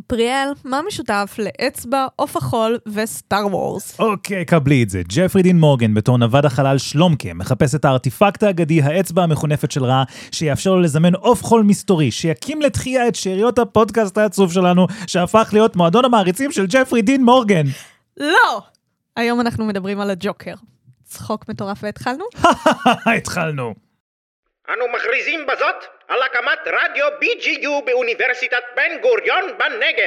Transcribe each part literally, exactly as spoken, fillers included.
פריאל, מה משותף לאצבע, עוף החול וסטאר וורס? אוקיי, קבלי את זה. ג'פרי דין מורגן, בתור נווד החלל שלומקה, מחפש את הארטיפקט האגדי, האצבע המחונפת של רע, שיאפשר לו לזמן עוף חול מסתורי, שיקים לתחייה את שאריות הפודקאסט העצוב שלנו, שהפך להיות מועדון המעריצים של ג'פרי דין מורגן. לא! היום אנחנו מדברים על הג'וקר. צחוק מטורף והתחלנו? התחלנו. אנו מכריזים בזאת על הקמת רדיו בי ג'י יו באוניברסיטת בן גוריון בנגב.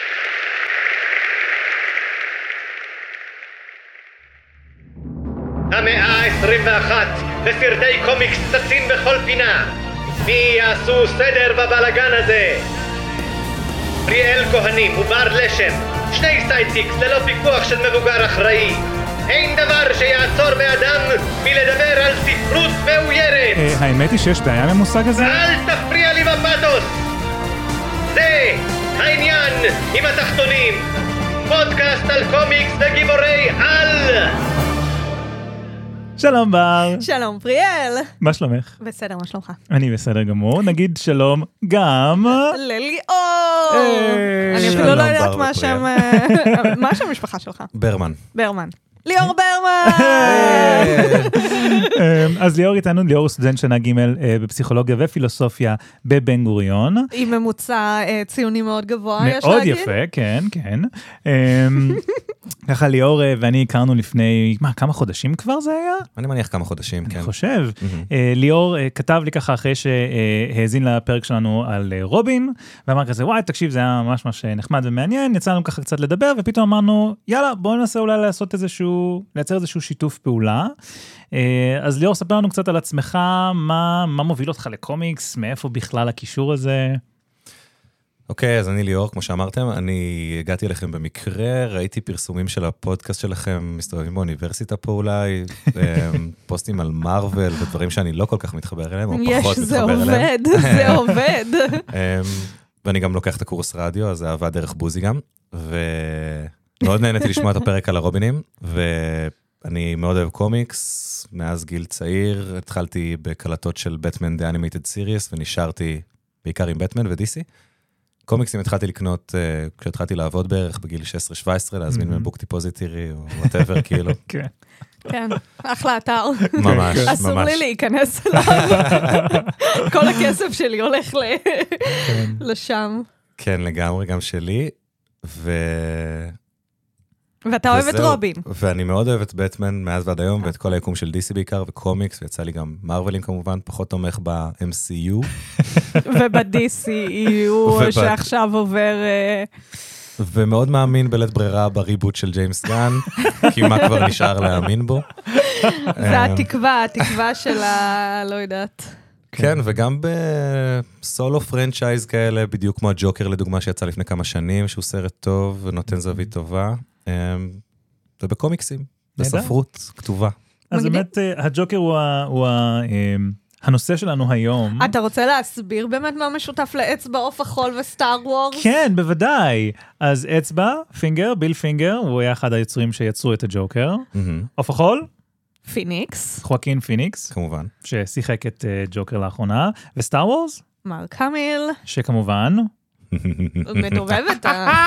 המאה ה-עשרים ואחת וסרטי קומיקס צצים בכל פינה. מי יעשו סדר בבלגן הזה? פריאל כהנים ובר לשם, שני סיידקיקס ללא פיקוח של מבוגר אחראי. אין דבר שיעצור באדם מלדבר על ספרות מאוירת. האמת היא שיש בעיה מהמושג הזה? אל תפריע לי בפאתוס. זה העניין עם התחתונים. פודקאסט על קומיקס וגיבורי על. שלום בר. שלום פריאל. מה שלומך? בסדר, מה שלומך? אני בסדר גמור. נגיד שלום גם לליאור. אני אפילו לא יודעת מה שם, מה השם המשפחה שלך? ברמן. ברמן. ליאור ברמן! אז ליאור איתנו, ליאור הוא סטודנט שנה ג' בפסיכולוגיה ופילוסופיה בבן גוריון. עם ממוצע ציוני מאוד גבוה, יש מאוד להגיד. יפה, כן, כן. ככה ליאור ואני הכרנו לפני, מה, כמה חודשים כבר זה היה? אני מניח כמה חודשים, כן. אני חושב. ליאור כתב לי ככה אחרי שהאזין לפרק שלנו על רובין, ואמר כזה, וואי, תקשיב, זה היה ממש ממש נחמד ומעניין, יצאנו ככה קצת לדבר, ופתאום אמרנו, יאללה, בואו ננסה אולי לעשות איזשהו, לייצר איזשהו שיתוף פעולה. אז ליאור, ספר לנו קצת על עצמך, מה, מה מוביל אותך לקומיקס, מאיפה בכלל הקישור הזה? אוקיי, אז אני ליאור, כמו שאמרתם, אני הגעתי אליכם במקרה, ראיתי פרסומים של הפודקאסט שלכם, מסתובבים באוניברסיטה פה אולי, פוסטים על מארוול ודברים שאני לא כל כך מתחבר אליהם, או פחות מתחבר אליהם. יש, זה עובד, זה עובד. ואני גם לוקח את הקורס רדיו, אז זה עבד דרך בוזי גם, ומאוד נהניתי לשמוע את הפרק על הרובינים, ואני מאוד אוהב קומיקס, מאז גיל צעיר, התחלתי בקלטות של בטמן The Animated Series, ונשארתי בעיקר עם בטמן ו-די סי. קומיקסים התחלתי לקנות, כשהתחלתי לעבוד בערך בגיל שש עשרה שבע עשרה, להזמין מבוק טיפוזיטרי או whatever, כאילו. כן. כן, אחלה אתר. ממש, ממש. אסור לי להיכנס אליו. כל הכסף שלי הולך לשם. כן, לגמרי, גם שלי. ו... ואתה אוהב את רובין. ואני מאוד אוהב את בטמן מאז ועד היום, ואת כל היקום של די סי בעיקר, וקומיקס, ויצא לי גם מארוולים כמובן, פחות תומך ב-אם סי יו. וב-די סי יו, שעכשיו עובר... ומאוד מאמין בלית ברירה בריבוט של ג'יימס גן, כי מה כבר נשאר להאמין בו. זה התקווה, התקווה של ה... לא יודעת. כן, וגם בסולו פרנצ'ייז כאלה, בדיוק כמו הג'וקר לדוגמה שיצא לפני כמה שנים, שהוא סרט טוב ונותן זווית טובה, ובקומיקסים, בספרות כתובה. אז באמת הג'וקר הוא הנושא שלנו היום. אתה רוצה להסביר באמת מה משותף לאצבע, עוף החול וסטאר וורס? כן, בוודאי. אז אצבע, פינגר, ביל פינגר, הוא היה אחד היוצרים שיצרו את הג'וקר. עוף החול? פיניקס. חואקין פיניקס. כמובן. ששיחק את ג'וקר לאחרונה. וסטאר וורס? מרק המיל. שכמובן... מדובבת.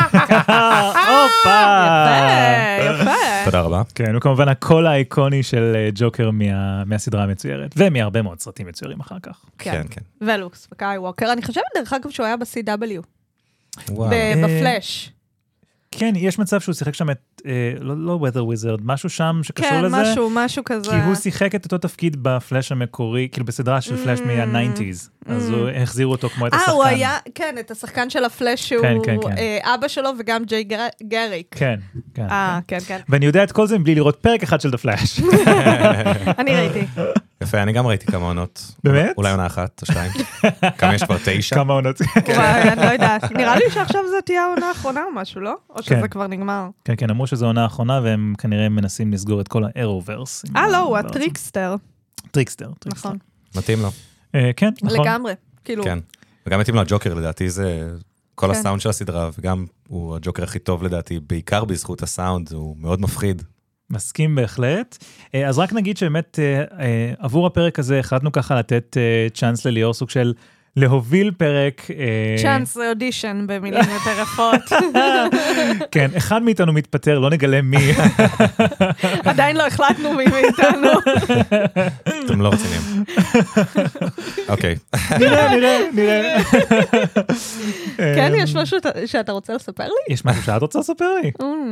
אופה! יפה, יפה. תודה רבה. כן, הוא כמובן הקול האיקוני של ג'וקר מהסדרה המצוירת, ומהרבה מאוד סרטים מצוירים אחר כך. כן, כן. ולוק סקייווקר, אני חושבת דרך אגב שהוא היה ב-סי דאבליו. וואו. בפלאש. כן, יש מצב שהוא שיחק שם את, לא, לא Weather Wizard, משהו שם שקשור כן, לזה. כן, משהו, משהו כזה. כי הוא שיחק את אותו תפקיד בפלאש המקורי, כאילו בסדרה של פלאש מה-תשעים, אז הוא החזירו אותו כמו את השחקן. אה, הוא היה, כן, את השחקן של הפלאש שהוא כן, כן, כן. אבא שלו וגם ג'יי גריק. כן, כן. אה, כן, כן. ואני יודע את כל זה מבלי לראות פרק אחד של The Flash. אני ראיתי. יפה, אני גם ראיתי כמה עונות. באמת? אולי עונה אחת או שתיים. כמה יש כבר תשע? כמה עונות. אני לא יודעת. נראה לי שעכשיו זה תהיה העונה האחרונה או משהו, לא? או שזה כבר נגמר. כן, כן, אמרו שזו עונה האחרונה, והם כנראה מנסים לסגור את כל האירוברס. אה, לא, הוא הטריקסטר. טריקסטר. נכון. מתאים לו. כן, נכון. לגמרי. כאילו... כן. וגם מתאים לו הג'וקר, לדעתי, זה כל הסאונד של הסדרה, וגם הוא הג'וקר הכי טוב, לדעתי, בעיקר בזכות הסאונד, הוא מאוד מפחיד. מסכים בהחלט. אז רק נגיד שבאמת עבור הפרק הזה החלטנו ככה לתת צ'אנס לליאור סוג של להוביל פרק... צ'אנס אודישן במילים יותר יפות. כן, אחד מאיתנו מתפטר, לא נגלה מי. עדיין לא החלטנו מי מאיתנו. אתם לא רציניים. אוקיי. נראה, נראה, נראה. כן, יש משהו שאתה רוצה לספר לי? יש משהו שאת רוצה לספר לי?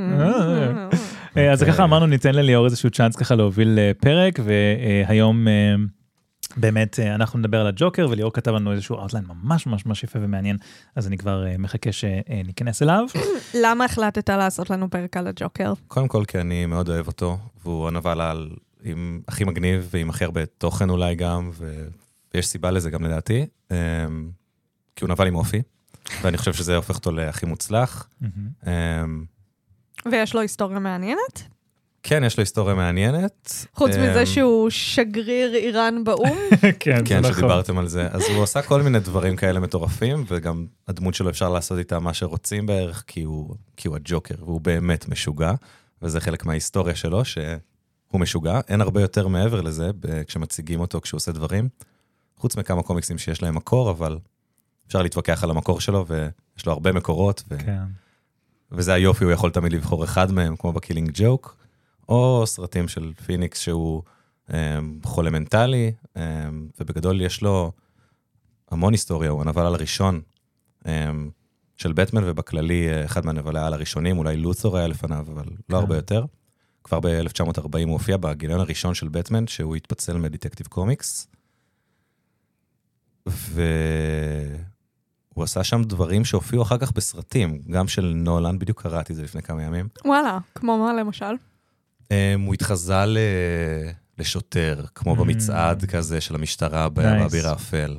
אז ככה אמרנו, ניתן לליאור איזשהו צ'אנס ככה להוביל פרק, והיום באמת אנחנו נדבר על הג'וקר, וליאור כתב לנו איזשהו אאוטליין ממש ממש ממש יפה ומעניין, אז אני כבר מחכה שניכנס אליו. למה החלטת לעשות לנו פרק על הג'וקר? קודם כל, כי אני מאוד אוהב אותו, והוא הנבל עם הכי מגניב, ועם הכי הרבה תוכן אולי גם, ויש סיבה לזה גם לדעתי, כי הוא נבל עם אופי, ואני חושב שזה הופך אותו להכי מוצלח. ויש לו היסטוריה מעניינת? כן, יש לו היסטוריה מעניינת. חוץ מזה שהוא שגריר איראן באום? כן, כן, שדיברתם על זה. אז הוא עושה כל מיני דברים כאלה מטורפים, וגם הדמות שלו אפשר לעשות איתה מה שרוצים בערך, כי הוא, כי הוא הג'וקר, והוא באמת משוגע, וזה חלק מההיסטוריה שלו, שהוא משוגע. אין הרבה יותר מעבר לזה, כשמציגים אותו, כשהוא עושה דברים, חוץ מכמה קומיקסים שיש להם מקור, אבל אפשר להתווכח על המקור שלו, ויש לו הרבה מקורות, ו... כן. וזה היופי, הוא יכול תמיד לבחור אחד מהם, כמו בקילינג ג'וק, או סרטים של פיניקס שהוא um, חולה מנטלי, um, ובגדול יש לו המון היסטוריה, הוא הנבל על הראשון um, של בטמן, ובכללי אחד מהנבלי על הראשונים, אולי לות'ור היה לפניו, אבל לא הרבה יותר. כבר ב-אלף תשע מאות ארבעים הוא הופיע בגיליון הראשון של בטמן, שהוא התפצל מדטקטיב קומיקס, והוא עשה שם דברים שהופיעו אחר כך בסרטים, גם של נולן, בדיוק קראתי את זה לפני כמה ימים. וואלה, כמו מה למשל? הוא התחזה לשוטר, כמו במצעד כזה של המשטרה באביר האפל.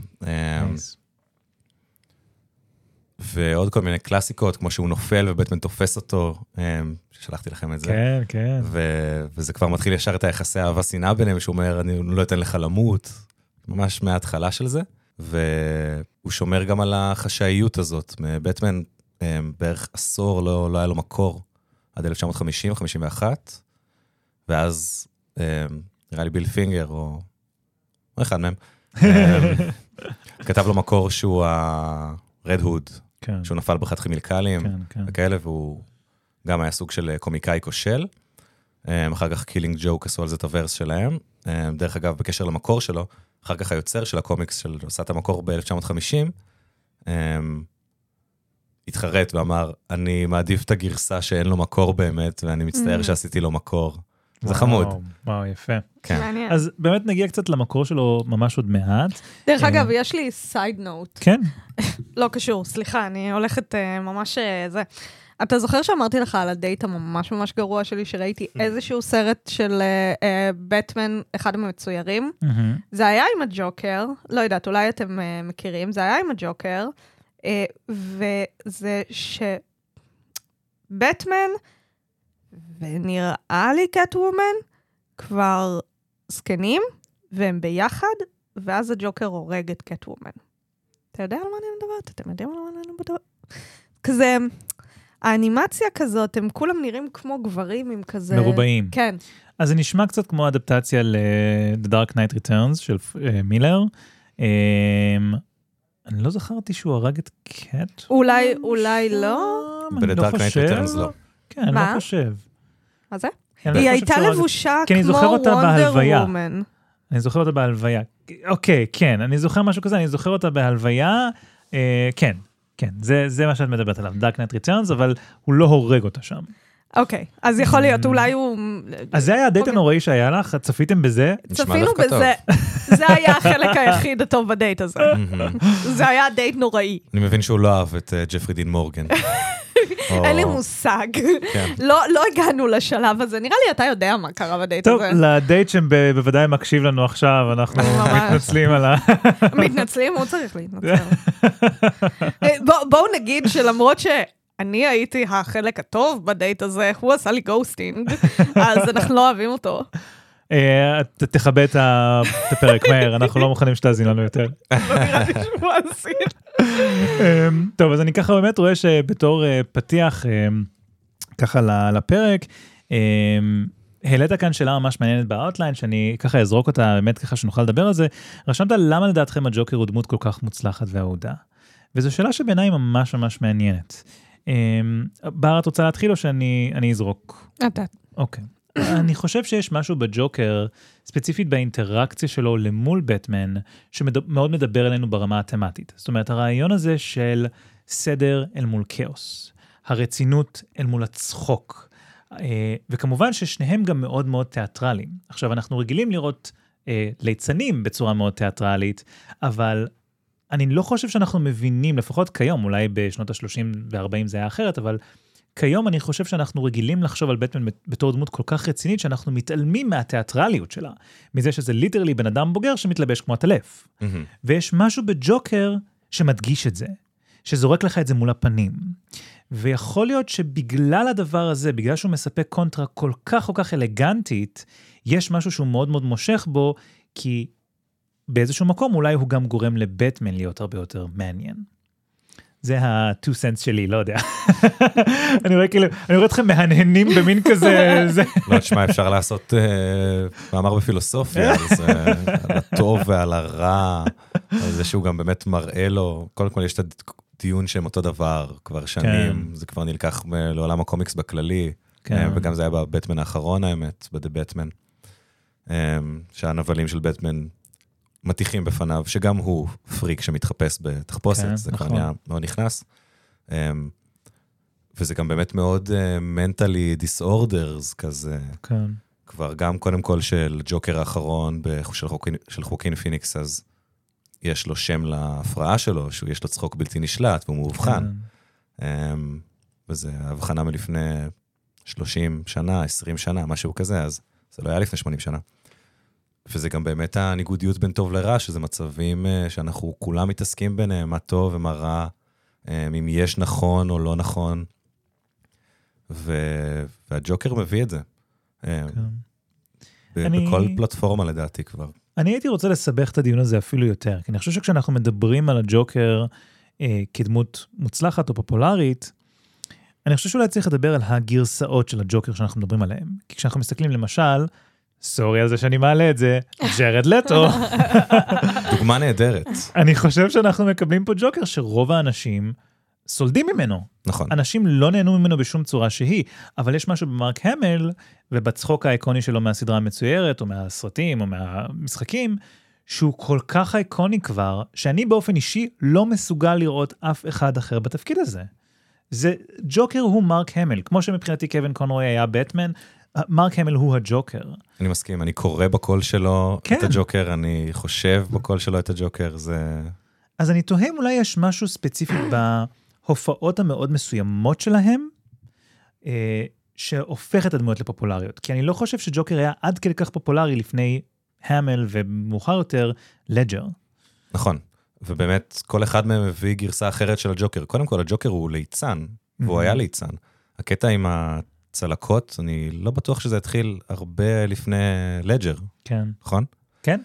ועוד כל מיני קלאסיקות, כמו שהוא נופל ובטמן תופס אותו, ששלחתי לכם את זה. כן, כן. וזה כבר מתחיל ישר את היחסי אהבה שנאה ביניהם, שהוא אומר, אני לא אתן לך למות, ממש מההתחלה של זה. והוא שומר גם על החשאיות הזאת. בטמן בערך עשור לא, לא היה לו מקור, עד אלף תשע מאות חמישים חמישים ואחת, ואז נראה לי ביל פינגר, או, או אחד מהם, כתב לו מקור שהוא ה-Red Hood, כן. שהוא נפל בחד כימיקלים, כן, כן. וכאלה, והוא גם היה סוג של קומיקאי כושל. אחר כך קילינג ג'וק עשו על זה את הוורס שלהם. דרך אגב, בקשר למקור שלו, אחר כך היוצר של הקומיקס, של עושה את המקור ב-אלף תשע מאות חמישים, התחרט ואמר, אני מעדיף את הגרסה שאין לו מקור באמת, ואני מצטער שעשיתי לו מקור. זה חמוד. וואו, יפה. כן. אז באמת נגיע קצת למקור שלו ממש עוד מעט. דרך אגב, יש לי סייד נוט. כן. לא קשור, סליחה, אני הולכת ממש זה. אתה זוכר שאמרתי לך על הדייט הממש ממש גרוע שלי, שראיתי איזשהו סרט של בטמן, אחד המצוירים? זה היה עם הג'וקר, לא יודעת, אולי אתם מכירים, זה היה עם הג'וקר, וזה שבטמן, ונראה לי קטוומן, כבר זקנים, והם ביחד, ואז הג'וקר הורג את קטוומן. אתה יודע על מה אני מדברת? אתם יודעים על מה אני מדברת? כזה, האנימציה כזאת, הם כולם נראים כמו גברים עם כזה... מרובעים. כן. אז זה נשמע קצת כמו אדפטציה ל-The Dark Knight Returns של מילר. אני לא זכרתי שהוא הרג את קט. אולי, אולי לא? ב-The Dark Knight Returns לא. כן, אני לא חושב. מה זה? היא הייתה לבושה כמו וונדר וומן. אני זוכר אותה בהלוויה. אוקיי, כן, אני זוכר משהו כזה, אני זוכר אותה בהלוויה, כן, כן, זה מה שאת מדברת עליו, Dark Knight Returns, אבל הוא לא הורג אותה שם. אוקיי, אז יכול להיות, אולי הוא... אז זה היה הדייט הנוראי שהיה לך? צפיתם בזה? צפינו בזה, זה היה החלק היחיד הטוב בדייט הזה. זה היה דייט נוראי. אני מבין שהוא לא אהב את ג'פרי דין מורגן. אין לי מושג. לא הגענו לשלב הזה. נראה לי אתה יודע מה קרה בדייט הזה. טוב, לדייט שבוודאי מקשיב לנו עכשיו, אנחנו מתנצלים על ה... מתנצלים? הוא צריך להתנצל. בואו נגיד שלמרות ש... אני הייתי החלק הטוב בדייט הזה, הוא עשה לי גוסטינג, אז אנחנו לא אוהבים אותו. תכבה את הפרק מהר, אנחנו לא מוכנים שתאזין לנו יותר. לא נראה לי שהוא עשיר. טוב, אז אני ככה באמת רואה שבתור פתיח, ככה לפרק, העלית כאן שאלה ממש מעניינת באוטליין, שאני ככה אזרוק אותה, באמת ככה שנוכל לדבר על זה. רשמת למה לדעתכם הג'וקר הוא דמות כל כך מוצלחת ואהודה? וזו שאלה שבעיניי ממש ממש מעניינת. בר, את רוצה להתחיל או שאני אני אזרוק? אתה. אוקיי. אני חושב שיש משהו בג'וקר, ספציפית באינטראקציה שלו למול בטמן, שמאוד מדבר אלינו ברמה התמטית. זאת אומרת, הרעיון הזה של סדר אל מול כאוס, הרצינות אל מול הצחוק, וכמובן ששניהם גם מאוד מאוד תיאטרליים. עכשיו, אנחנו רגילים לראות ליצנים בצורה מאוד תיאטרלית, אבל אני לא חושב שאנחנו מבינים, לפחות כיום, אולי בשנות ה-שלושים ו-ארבעים זה היה אחרת, אבל כיום אני חושב שאנחנו רגילים לחשוב על בטמן בתור דמות כל כך רצינית, שאנחנו מתעלמים מהתיאטרליות שלה, מזה שזה ליטרלי בן אדם בוגר שמתלבש כמו הטלף. Mm-hmm. ויש משהו בג'וקר שמדגיש את זה, שזורק לך את זה מול הפנים. ויכול להיות שבגלל הדבר הזה, בגלל שהוא מספק קונטרה כל כך כל כך אלגנטית, יש משהו שהוא מאוד מאוד מושך בו, כי באיזשהו מקום אולי הוא גם גורם לבטמן להיות הרבה יותר מעניין. זה ה-two cents שלי, לא יודע. אני רואה כאילו, אני רואה אתכם מהנהנים במין כזה. לא, תשמע, אפשר לעשות מאמר בפילוסופיה, על הטוב ועל הרע, על זה שהוא גם באמת מראה לו, קודם כל יש את הדיון שהם אותו דבר, כבר שנים, זה כבר נלקח לעולם הקומיקס בכללי, וגם זה היה בבטמן האחרון האמת, ב"דה בטמן", שהנבלים של בטמן מתיחים בפניו, שגם הוא פריק שמתחפש בתחפושת, כן, זה נכון. כבר נהיה מאוד נכנס. וזה גם באמת מאוד mentally disorders כזה. כן. כבר גם קודם כל של ג'וקר האחרון, של חוקין, של חוקין פיניקס, אז יש לו שם להפרעה שלו, שיש לו צחוק בלתי נשלט, והוא מאובחן. כן. וזה הבחנה מלפני שלושים שנה, עשרים שנה, משהו כזה, אז זה לא היה לפני שמונים שנה. וזה גם באמת הניגודיות בין טוב לרע, שזה מצבים שאנחנו כולם מתעסקים ביניהם, מה טוב ומה רע, אם יש נכון או לא נכון. ו... והג'וקר מביא את זה. כן. אני... בכל פלטפורמה לדעתי כבר. אני הייתי רוצה לסבך את הדיון הזה אפילו יותר, כי אני חושב שכשאנחנו מדברים על הג'וקר אה, כדמות מוצלחת או פופולרית, אני חושב שאולי צריך לדבר על הגרסאות של הג'וקר שאנחנו מדברים עליהם. כי כשאנחנו מסתכלים למשל, סורי על זה שאני מעלה את זה, ג'רד לטו. דוגמה נהדרת. אני חושב שאנחנו מקבלים פה ג'וקר שרוב האנשים סולדים ממנו. נכון. אנשים לא נהנו ממנו בשום צורה שהיא, אבל יש משהו במרק המל, ובצחוק האיקוני שלו מהסדרה המצוירת, או מהסרטים, או מהמשחקים, שהוא כל כך איקוני כבר, שאני באופן אישי לא מסוגל לראות אף אחד אחר בתפקיד הזה. זה, ג'וקר הוא מרק המל, כמו שמבחינתי קווין קונרוי היה בטמן, מרק המל הוא הג'וקר. אני מסכים, אני קורא בקול שלו כן. את הג'וקר, אני חושב בקול שלו את הג'וקר, זה... אז אני תוהה אולי יש משהו ספציפי בהופעות המאוד מסוימות שלהם, אה, שהופך את הדמויות לפופולריות. כי אני לא חושב שג'וקר היה עד כדי כך פופולרי לפני המל ומאוחר יותר לג'ר. נכון, ובאמת כל אחד מהם מביא גרסה אחרת של הג'וקר. קודם כל הג'וקר הוא ליצן, והוא היה ליצן. הקטע עם הצלקות, אני לא בטוח שזה התחיל הרבה לפני לג'ר. כן. נכון? כן.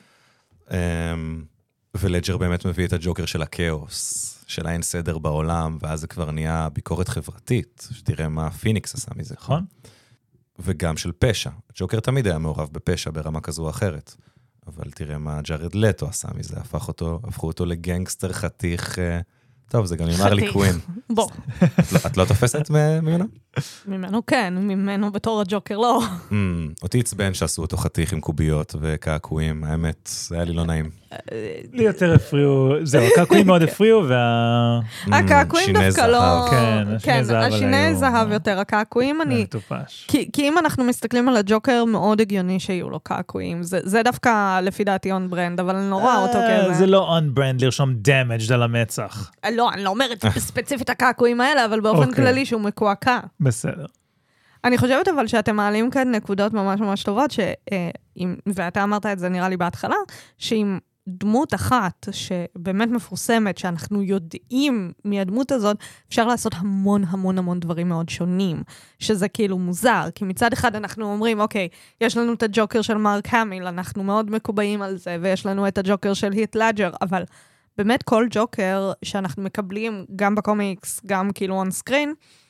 ולג'ר באמת מביא את הג'וקר של הכאוס, של האין סדר בעולם, ואז זה כבר נהיה ביקורת חברתית, שתראה מה פיניקס עשה מזה. נכון. וגם של פשע. ג'וקר תמיד היה מעורב בפשע ברמה כזו או אחרת. אבל תראה מה ג'רד לטו עשה מזה, הפך אותו, הפכו אותו לגנגסטר חתיך, טוב, זה גם נאמר לי קווין. בוא. את לא תופסת ממנו? ממנו כן, ממנו בתור הג'וקר לא. אותי עצבן שעשו אותו חתיך עם קוביות וקעקועים, האמת, זה היה לי לא נעים. לי יותר הפריעו, זהו, הקעקועים מאוד הפריעו, וה... הקעקועים דווקא לא... כן, השיני זהב יותר, הקעקועים אני... טופש. כי אם אנחנו מסתכלים על הג'וקר, מאוד הגיוני שיהיו לו קעקועים. זה דווקא לפי דעתי און ברנד, אבל אני לא רואה אותו כזה. זה לא און ברנד לרשום דמג' על המצח. לא, אני לא אומרת ספציפית הקעקועים האלה, אבל באופן כללי שהוא מקועקע. בסדר. אני חושבת אבל שאתם מעלים כאן נקודות ממש ממש טובות, ואתה אמרת את זה נראה לי בהתחלה, שאם דמות אחת שבאמת מפורסמת, שאנחנו יודעים מהדמות הזאת, אפשר לעשות המון המון המון דברים מאוד שונים, שזה כאילו מוזר, כי מצד אחד אנחנו אומרים, אוקיי, יש לנו את הג'וקר של מרק המיל, אנחנו מאוד מקובעים על זה, ויש לנו את הג'וקר של היט לג'ר, אבל באמת כל ג'וקר שאנחנו מקבלים, גם בקומיקס, גם כאילו און סקרין,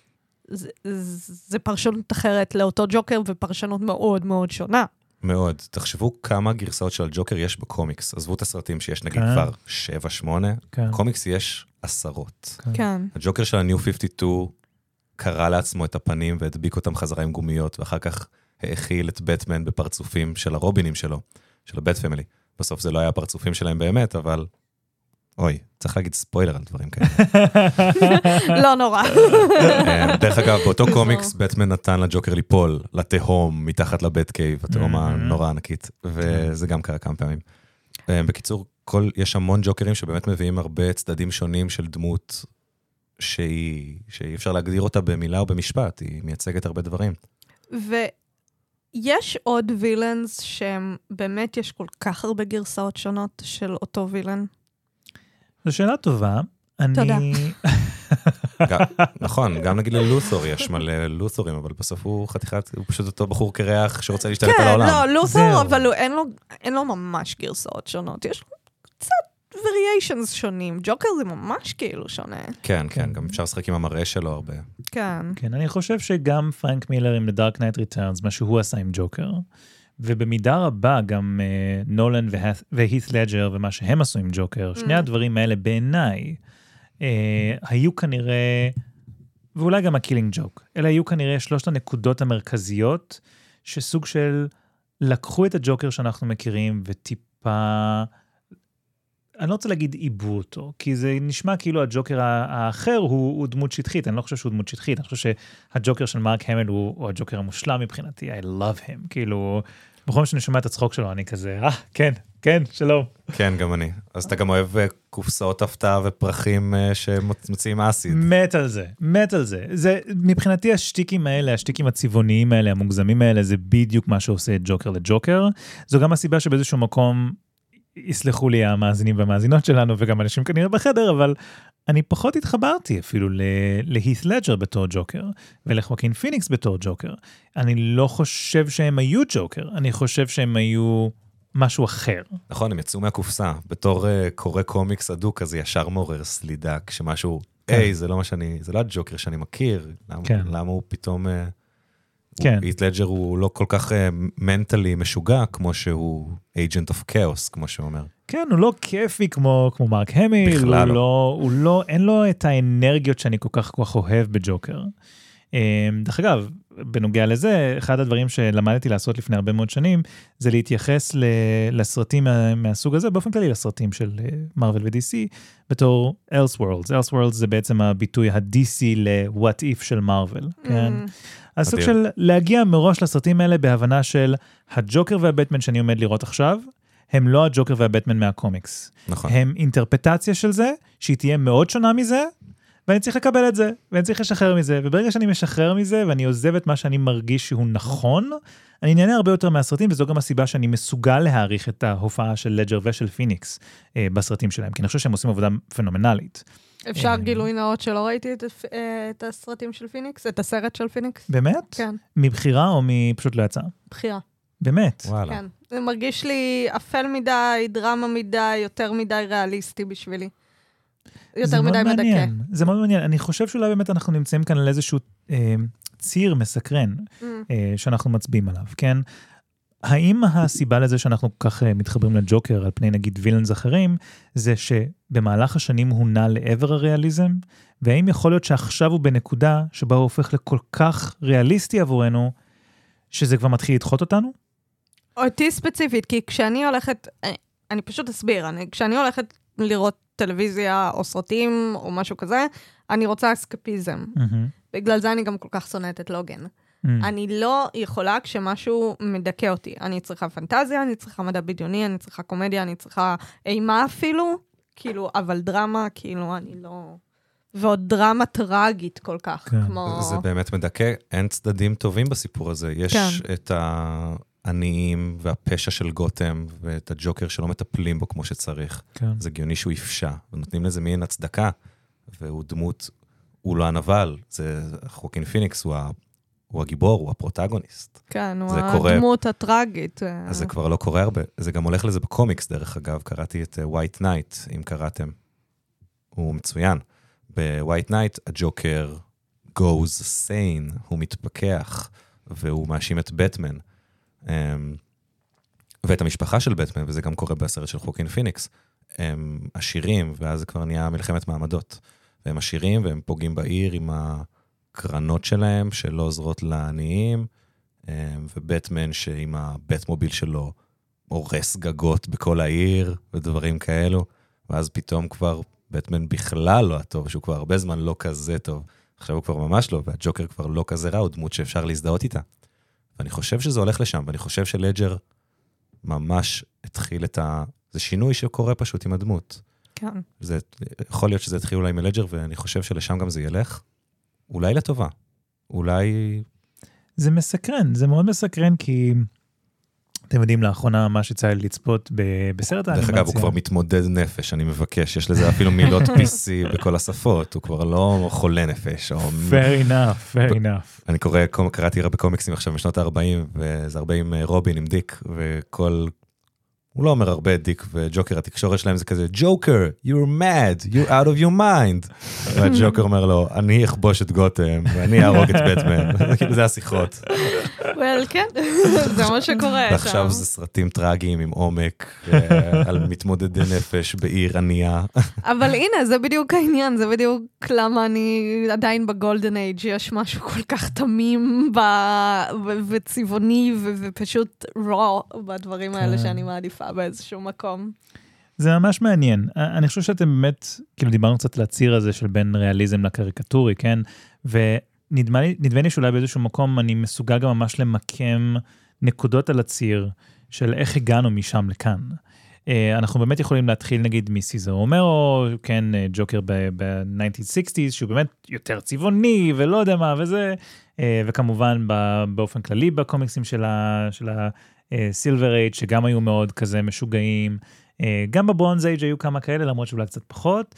זה, זה פרשנות אחרת לאותו ג'וקר, ופרשנות מאוד מאוד שונה. מאוד. תחשבו כמה גרסאות של הג'וקר יש בקומיקס. עזבו את הסרטים שיש נגיד כן. כבר שבע, שמונה. כן. קומיקס יש עשרות. כן. כן. הג'וקר של ה-New חמישים ושתיים קרא לעצמו את הפנים והדביק אותם חזרה עם גומיות, ואחר כך האכיל את בטמן בפרצופים של הרובינים שלו, של הבט פמילי. בסוף זה לא היה הפרצופים שלהם באמת, אבל... אוי, צריך להגיד ספוילר על דברים כאלה. לא נורא. דרך אגב, באותו קומיקס, בטמן נתן לג'וקר ליפול, לתהום, מתחת לבט קייב, התהום הנורא ענקית, וזה גם קרה כמה פעמים. בקיצור, יש המון ג'וקרים שבאמת מביאים הרבה צדדים שונים של דמות, שאי אפשר להגדיר אותה במילה או במשפט, היא מייצגת הרבה דברים. ויש עוד וילאנס שהם באמת יש כל כך הרבה גרסאות שונות של אותו וילאן. זו שאלה טובה. תודה. נכון, גם נגיד ללות'ור יש מלא לות'ורים, אבל בסוף הוא חתיכת, הוא פשוט אותו בחור קרח שרוצה להשתלט על העולם. כן, לא, לות'ור, אבל אין לו ממש גרסאות שונות. יש לו קצת וריאשנס שונים. ג'וקר זה ממש כאילו שונה. כן, כן, גם אפשר לשחק עם המראה שלו הרבה. כן. כן, אני חושב שגם פרנק מילר עם The Dark Knight Returns, מה שהוא עשה עם ג'וקר, ובמידה רבה גם uh, נולן והית לג'ר ומה שהם עשו עם ג'וקר, שני הדברים האלה בעיניי, uh, היו כנראה, ואולי גם הקילינג ג'וק, אלה היו כנראה שלושת הנקודות המרכזיות, שסוג של לקחו את הג'וקר שאנחנו מכירים וטיפה, אני לא רוצה להגיד איבו אותו, כי זה נשמע כאילו הג'וקר האחר הוא, הוא דמות שטחית, אני לא חושב שהוא דמות שטחית, אני חושב שהג'וקר של מרק המל הוא, הוא הג'וקר המושלם מבחינתי, I love him, כאילו, בכל שאני שומע את הצחוק שלו, אני כזה, אה, כן, כן, שלום. כן, גם אני. אז אתה גם אוהב קופסאות הפתעה ופרחים שמציעים אסיד. מת על זה, מת על זה. זה, מבחינתי השטיקים האלה, השטיקים הצבעוניים האלה, המוגזמים האלה, זה בדיוק מה שעושה את ג'וקר לג'וקר. זו גם הסיבה שבאיזשהו מקום, יסלחו לי המאזינים והמאזינות שלנו, וגם אנשים כנראה בחדר, אבל אני פחות התחברתי אפילו להית לג'ר בתור ג'וקר, ולחואקין פיניקס בתור ג'וקר. אני לא חושב שהם היו ג'וקר, אני חושב שהם היו משהו אחר. נכון, הם יצאו מהקופסה. בתור uh, קורא קומיקס אדוק, אז ישר מעורר סלידה, כשמשהו, היי, זה לא מה שאני, זה לא הג'וקר שאני מכיר, למה, כן. למה הוא פתאום... Uh, כן. היט לג'ר הוא לא כל כך מנטלי משוגע, כמו שהוא agent of chaos, כמו שהוא אומר. כן, הוא לא כיפי כמו, כמו מרק המיל, בכלל הוא לא. לא, הוא לא, אין לו את האנרגיות שאני כל כך כל כך אוהב בג'וקר. דרך אגב, בנוגע לזה, אחד הדברים שלמדתי לעשות לפני הרבה מאוד שנים, זה להתייחס לסרטים מהסוג הזה, באופן כללי לסרטים של מרוול ו-די סי, בתור Elseworlds. Elseworlds זה בעצם הביטוי ה-די סי ל-What If של מרוול, כן? אז סוג של להגיע מראש לסרטים האלה בהבנה של הג'וקר והבטמן שאני עומד לראות עכשיו, הם לא הג'וקר והבטמן מהקומיקס. נכון. הם אינטרפטציה של זה, שהיא תהיה מאוד שונה מזה, ואני צריך לקבל את זה, ואני צריך לשחרר מזה, וברגע שאני משחרר מזה, ואני עוזב את מה שאני מרגיש שהוא נכון, אני נהנה הרבה יותר מהסרטים, וזו גם הסיבה שאני מסוגל להעריך את ההופעה של לג'ר ושל פיניקס אה, בסרטים שלהם, כי אני חושב שהם עושים עבודה פנומנלית. אפשר גילוי נאות שלא ראיתי את, את הסרטים של פיניקס, את הסרט של פיניקס? באמת? כן. מבחירה או מפשוט לא יצא? בחירה. באמת? וואלה. כן. זה מרגיש לי אפל מדי, דרמה מדי, יותר מדי ריאליסטי בשבילי. יותר מדי מדכא. זה מאוד מעניין. אני חושב שאולי באמת אנחנו נמצאים כאן על איזשהו אה, ציר מסקרן, Mm. אה, שאנחנו מצביעים עליו, כן? האם הסיבה לזה שאנחנו כך אה, מתחברים לג'וקר על פני נגיד וילאנס אחרים, זה שבמהלך השנים הוא נע לעבר הריאליזם, והאם יכול להיות שעכשיו הוא בנקודה שבה הוא הופך לכל כך ריאליסטי עבורנו, שזה כבר מתחיל לדחות אותנו? אותי ספציפית, כי כשאני הולכת, אני, אני פשוט אסביר, אני, כשאני הולכת לראות טלוויזיה או סרטים או משהו כזה, אני רוצה אסקפיזם. Mm-hmm. בגלל זה אני גם כל כך שונאת את לוגן. Mm. אני לא יכולה כשמשהו מדכא אותי. אני צריכה פנטזיה, אני צריכה מדע בדיוני, אני צריכה קומדיה, אני צריכה אימה אפילו, כאילו, אבל דרמה, כאילו, אני לא... ועוד דרמה טרגית כל כך, כן. כמו... זה באמת מדכא, אין צדדים טובים בסיפור הזה. יש כן. את העניים והפשע של גותם, ואת הג'וקר שלא מטפלים בו כמו שצריך. כן. זה הגיוני שהוא יפשע, ונותנים לזה מין הצדקה, והוא דמות, הוא לא הנבל, זה חואקין פיניקס, הוא ה... הוא הגיבור, הוא הפרוטגוניסט. כן, הוא קורה... הדמות הטרגית. אז זה כבר לא קורה הרבה. זה גם הולך לזה בקומיקס, דרך אגב. קראתי את White Knight, אם קראתם. הוא מצוין. ב-White Knight, הג'וקר goes sane, הוא מתפכח, והוא מאשים את בטמן, ואת המשפחה של בטמן, וזה גם קורה בסרט של חוקין פיניקס, הם עשירים, ואז זה כבר נהיה מלחמת מעמדות, והם עשירים, והם פוגעים בעיר עם הקרנות שלהם, שלא עוזרות לעניים, ובטמן שעם הבטמוביל שלו, הורס גגות בכל העיר, ודברים כאלו, ואז פתאום כבר בטמן בכלל לא הטוב, שהוא כבר הרבה זמן לא כזה טוב, עכשיו הוא כבר ממש לא, והג'וקר כבר לא כזה רע, הוא דמות שאפשר להזדהות איתה. ואני חושב שזה הולך לשם, ואני חושב שלג'ר ממש התחיל את ה... זה שינוי שקורה פשוט עם הדמות. כן. זה, יכול להיות שזה התחיל אולי מלג'ר, ואני חושב שלשם גם זה ילך. אולי לטובה. אולי... זה מסקרן, זה מאוד מסקרן, כי אתם יודעים, לאחרונה ממש יצא לי לצפות ב- בסרט האנימציה. דרך אגב, הוא כבר מתמודד נפש, אני מבקש, יש לזה אפילו מילות פי סי בכל השפות, הוא כבר לא חולה נפש. או... fair enough, fair enough. אני קורא, קראתי הרבה קומיקסים עכשיו משנות ה-ארבעים, וזה הרבה עם רובין, עם דיק, וכל... הוא לא אומר הרבה דיק וג'וקר, התקשורת שלהם זה כזה, ג'וקר, you're mad, you're out of your mind. והג'וקר אומר לו, אני אכבוש את גותם, ואני אהרוג את בטמן. כאילו זה השיחות. well, כן, זה מה שקורה. ועכשיו זה סרטים טרגיים עם עומק, על מתמודדי נפש בעיר ענייה. אבל הנה, זה בדיוק העניין, זה בדיוק למה אני עדיין בגולדן אייג', יש משהו כל כך תמים וצבעוני ופשוט raw בדברים האלה שאני מעדיפה באיזשהו מקום. זה ממש מעניין. אני חושב שאתם באמת, כאילו דיברנו קצת על הציר הזה של בין ריאליזם לקריקטורי, כן? ונדמה לי, נדמה לי שאולי באיזשהו מקום אני מסוגל גם ממש למקם נקודות על הציר של איך הגענו משם לכאן. אנחנו באמת יכולים להתחיל נגיד מסיזר אומרו, כן, ג'וקר ב-אלף תשע מאות שישים, שהוא באמת יותר צבעוני ולא יודע מה וזה, וכמובן באופן כללי בקומיקסים של ה... של ה סילבר אייג' שגם היו מאוד כזה משוגעים, גם בברונז אייג' היו כמה כאלה, למרות שאולי קצת פחות,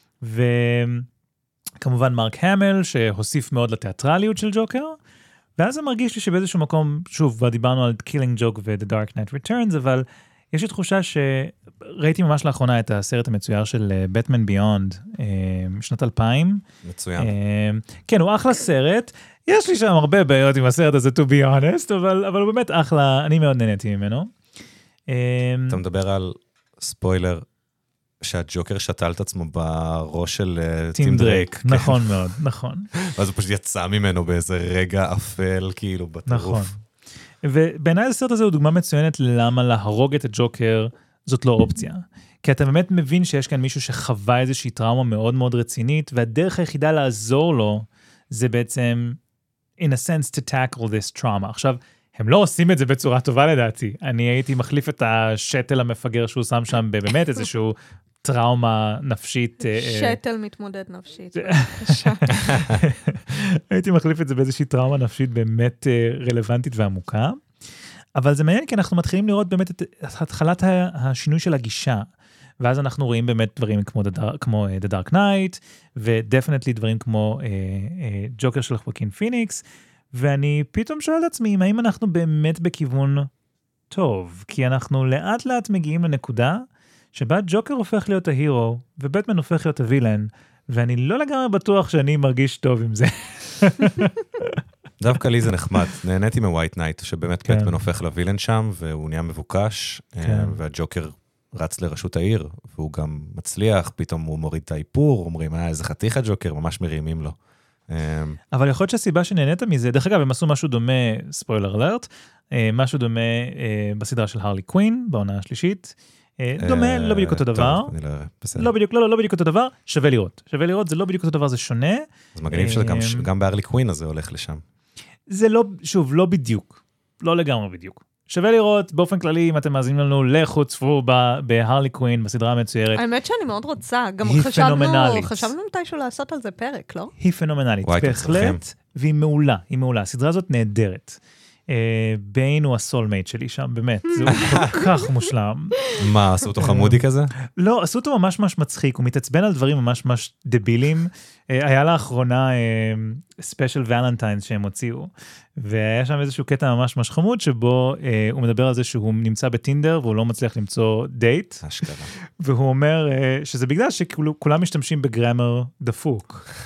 וכמובן מרק המל, שהוסיף מאוד לתיאטרליות של ג'וקר, ואז זה מרגיש לי שבאיזשהו מקום, שוב, כבר דיברנו על Killing Joke ו-The Dark Knight Returns, אבל יש לי תחושה שראיתי ממש לאחרונה את הסרט המצויר של Batman Beyond, משנת אלפיים. מצוין. כן, הוא אחלה סרט, יש לי שם הרבה בעיות עם הסרט הזה, to be honest, אבל, אבל הוא באמת אחלה, אני מאוד נהניתי ממנו. אתה מדבר על ספוילר, שהג'וקר שתל את עצמו בראש של טים דרייק. נכון מאוד, נכון. ואז הוא פשוט יצא ממנו באיזה רגע אפל, כאילו, בטירוף. נכון. ובעיניי הסרט הזה הוא דוגמה מצוינת למה להרוג את הג'וקר, זאת לא אופציה. כי אתה באמת מבין שיש כאן מישהו שחווה איזושהי טראומה מאוד מאוד רצינית, והדרך היחידה לעזור לו, זה בעצם... in a sense to tackle this trauma. עכשיו, הם לא עושים את זה בצורה טובה לדעתי. אני הייתי מחליף את השטל המפגר שהוא שם שם באמת איזשהו טראומה נפשית. שטל מתמודד נפשית. הייתי מחליף את זה באיזושהי טראומה נפשית באמת רלוונטית ועמוקה. אבל זה מעניין כי אנחנו מתחילים לראות באמת את התחלת השינוי של הגישה. ואז אנחנו רואים באמת דברים כמו, כמו The Dark Knight, ודפנטלי דברים כמו ג'וקר של חוקין פיניקס, ואני פתאום שואל את עצמי, האם אנחנו באמת בכיוון טוב? כי אנחנו לאט לאט מגיעים לנקודה, שבה ג'וקר הופך להיות ההירו, ובטמן הופך להיות הווילן, ואני לא לגמרי בטוח שאני מרגיש טוב עם זה. דווקא לי זה נחמד, נהניתי מווייט נייט, שבאמת בטמן הופך לווילן שם, והוא נהיה מבוקש, והג'וקר רץ לרשות העיר, והוא גם מצליח, פתאום הוא מוריד את האיפור, אומרים, אה, איזה חתיך הג'וקר, ממש מרימים לו. אבל יכול להיות שהסיבה שנהנית מזה, דרך אגב, הם עשו משהו דומה, ספוילר אלרט, משהו דומה בסדרה של הרלי קווין, בעונה השלישית, דומה, לא בדיוק אותו דבר, לא בדיוק, לא, לא בדיוק אותו דבר, שווה לראות, שווה לראות, זה לא בדיוק אותו דבר, זה שונה. אז מגניב שגם בהרלי קווין הזה הולך לשם. זה לא, שוב, לא בדיוק, לא לגמרי בדיוק. שווה לראות, באופן כללי, אם אתם מאזינים לנו, לכו צפו בהרלי קווין, בסדרה המצוירת. האמת שאני מאוד רוצה, גם חשבנו, חשבנו מתישהו לעשות על זה פרק, לא? היא פנומנלית, בהחלט, והיא מעולה, היא מעולה. הסדרה הזאת נהדרת. ביין הוא הסולמייט שלי שם, באמת, זה כל כך מושלם. מה, עשו אותו חמודי כזה? לא, עשו אותו ממש ממש מצחיק, הוא מתעצבן על דברים ממש ממש דבילים. היה לאחרונה ספיישל ולנטיינס שהם הוציאו, והיה שם איזשהו קטע ממש ממש חמוד, שבו הוא מדבר על זה שהוא נמצא בטינדר, והוא לא מצליח למצוא דייט. אשכרה. והוא אומר שזה בגלל שכולם משתמשים בגרמר דפוק.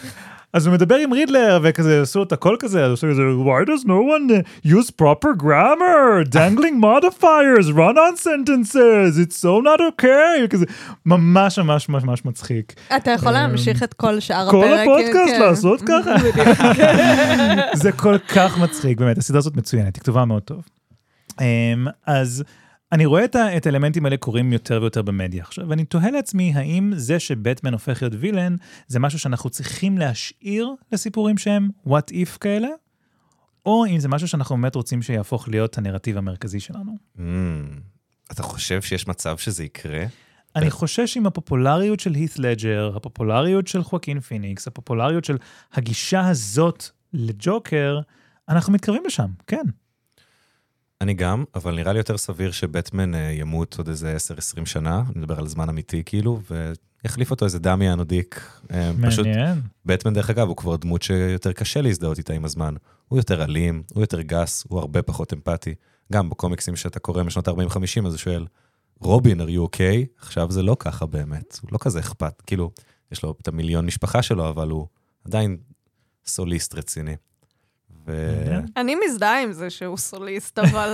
אז הוא מדבר עם רידלר, וכזה, עשו את הכל כזה, אז הוא עושה כזה, why does no one uh, use proper grammar, dangling modifiers, run on sentences, it's so not okay, כזה, ממש ממש ממש ממש מצחיק. אתה יכול להמשיך את כל שאר הפרק. כל הפודקאסט לעשות ככה. זה כל כך מצחיק, באמת, הסדרה הזאת מצוינת, היא כתובה מאוד טוב. אז אני רואה את האלמנטים האלה קורים יותר ויותר במדיה עכשיו, ואני תוהה לעצמי, האם זה שבטמן הופך להיות וילן, זה משהו שאנחנו צריכים להשאיר לסיפורים שהם what if כאלה, או אם זה משהו שאנחנו באמת רוצים שיהפוך להיות הנרטיב המרכזי שלנו. Mm, אתה חושב שיש מצב שזה יקרה? אני חושש עם הפופולריות של הית' לג'ר, הפופולריות של חואקין פיניקס, הפופולריות של הגישה הזאת לג'וקר, אנחנו מתקרבים לשם, כן. אני גם, אבל נראה לי יותר סביר שבטמן ימות עוד איזה עשר עשרים שנה, נדבר על זמן אמיתי כאילו, ויחליף אותו איזה דמיאן או דיק. פשוט, בטמן דרך אגב, הוא כבר דמות שיותר קשה להזדהות איתה עם הזמן. הוא יותר אלים, הוא יותר גס, הוא הרבה פחות אמפתי. גם בקומיקסים שאתה קורא משנות ה-ארבעים חמישים, אז הוא שואל, רובין, are you okay? עכשיו זה לא ככה באמת, הוא לא כזה אכפת. כאילו, יש לו את המיליון משפחה שלו, אבל הוא עדיין סוליסט רציני. אני מזדהה עם זה שהוא סוליסט, אבל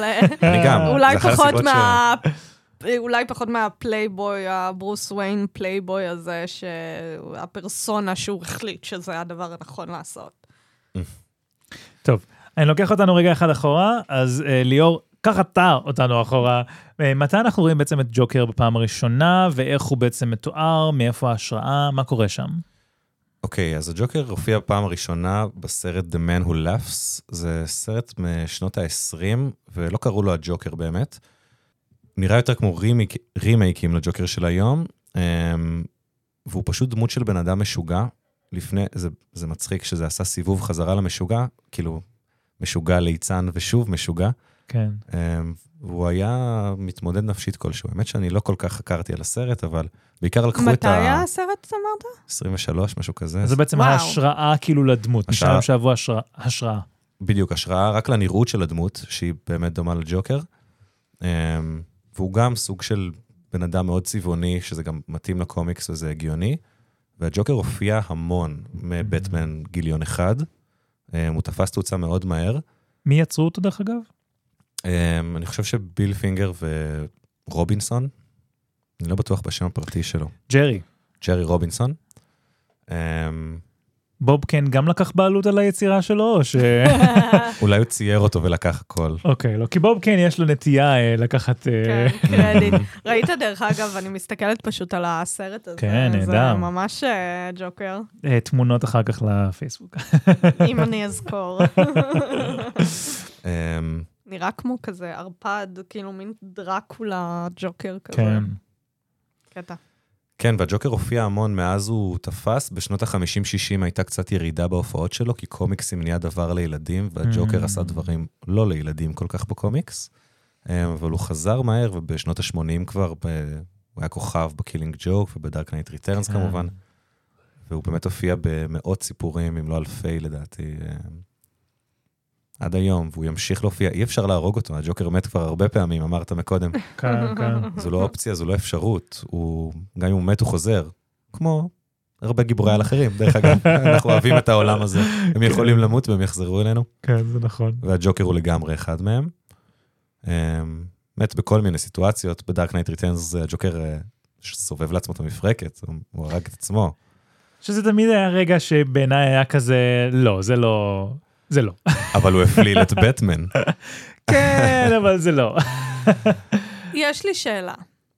אולי פחות מהפלייבוי, הברוס וויין פלייבוי הזה, שהפרסונה שהוא החליט שזה הדבר הנכון לעשות. טוב, אני לוקח אותנו רגע אחד אחורה, אז ליאור, קח אתה אותנו אחורה. מתי אנחנו רואים בעצם את ג'וקר בפעם הראשונה, ואיך הוא בעצם מתואר, מאיפה ההשראה, מה קורה שם? אוקיי, אז הג'וקר הופיע פעם הראשונה בסרט The Man Who Laughs, זה סרט משנות ה-עשרים, ולא קראו לו הג'וקר באמת. נראה יותר כמו רימיק, רימייקים לג'וקר של היום, והוא פשוט דמות של בן אדם משוגע. לפני, זה, זה מצחיק שזה עשה סיבוב חזרה למשוגע, כאילו משוגע ליצן ושוב משוגע. כן. והוא היה מתמודד נפשית כלשהו. האמת שאני לא כל כך חקרתי על הסרט, אבל בעיקר לקחו את ה... מתי היה הסרט, אמרת? עשרים ושלוש, משהו כזה. זה בעצם ההשראה כאילו לדמות, משם שעבו השראה. בדיוק, השראה רק לנראות של הדמות, שהיא באמת דומה לג'וקר. והוא גם סוג של בן אדם מאוד צבעוני, שזה גם מתאים לקומיקס וזה הגיוני. והג'וקר הופיע המון מבטמן גיליון אחד. הוא תפס תאוצה מאוד מהר. מי יצרו אותו דרך אגב? אני חושב שביל פינגר ורובינסון, אני לא בטוח בשם הפרטי שלו. ג'רי. ג'רי רובינסון. בוב קן גם לקח בעלות על היצירה שלו, או ש... אולי הוא צייר אותו ולקח הכל. אוקיי, לא, כי בוב קן יש לו נטייה לקחת... כן, קרדיט. ראית דרך אגב, אני מסתכלת פשוט על הסרט הזה. כן, נהדר. זה ממש ג'וקר. תמונות אחר כך לפייסבוק. אם אני אזכור. נראה כמו כזה ארפד, כאילו מין דרקולה ג'וקר כזה. כן. קטע. כן, והג'וקר הופיע המון מאז הוא תפס, בשנות ה-חמישים שישים הייתה קצת ירידה בהופעות שלו, כי קומיקסים נהיה דבר לילדים, והג'וקר עשה דברים לא לילדים כל כך בקומיקס, אבל הוא חזר מהר, ובשנות ה-שמונים כבר הוא היה כוכב בקילינג ג'וק, ובדארק נייט ריטרנס כמובן, והוא באמת הופיע במאות סיפורים, אם לא אלפי לדעתי, עד היום, והוא ימשיך להופיע, אי אפשר להרוג אותו, הג'וקר מת כבר הרבה פעמים, אמרת מקודם. כן, כן. זו לא אופציה, זו לא אפשרות, הוא, גם אם הוא מת הוא חוזר, כמו הרבה גיבורי על אחרים, דרך אגב, אנחנו אוהבים את העולם הזה, הם יכולים למות והם יחזרו אלינו. כן, זה נכון. והג'וקר הוא לגמרי אחד מהם. מת בכל מיני סיטואציות, בדארק נייט ריטרנס הג'וקר סובב לעצמו את המפרקת, הוא הרג את עצמו. שזה תמיד היה רגע שבעיניי היה כזה, לא, זה לא... זה לא. אבל הוא הפליל את בטמן. כן, אבל זה לא. יש לי שאלה.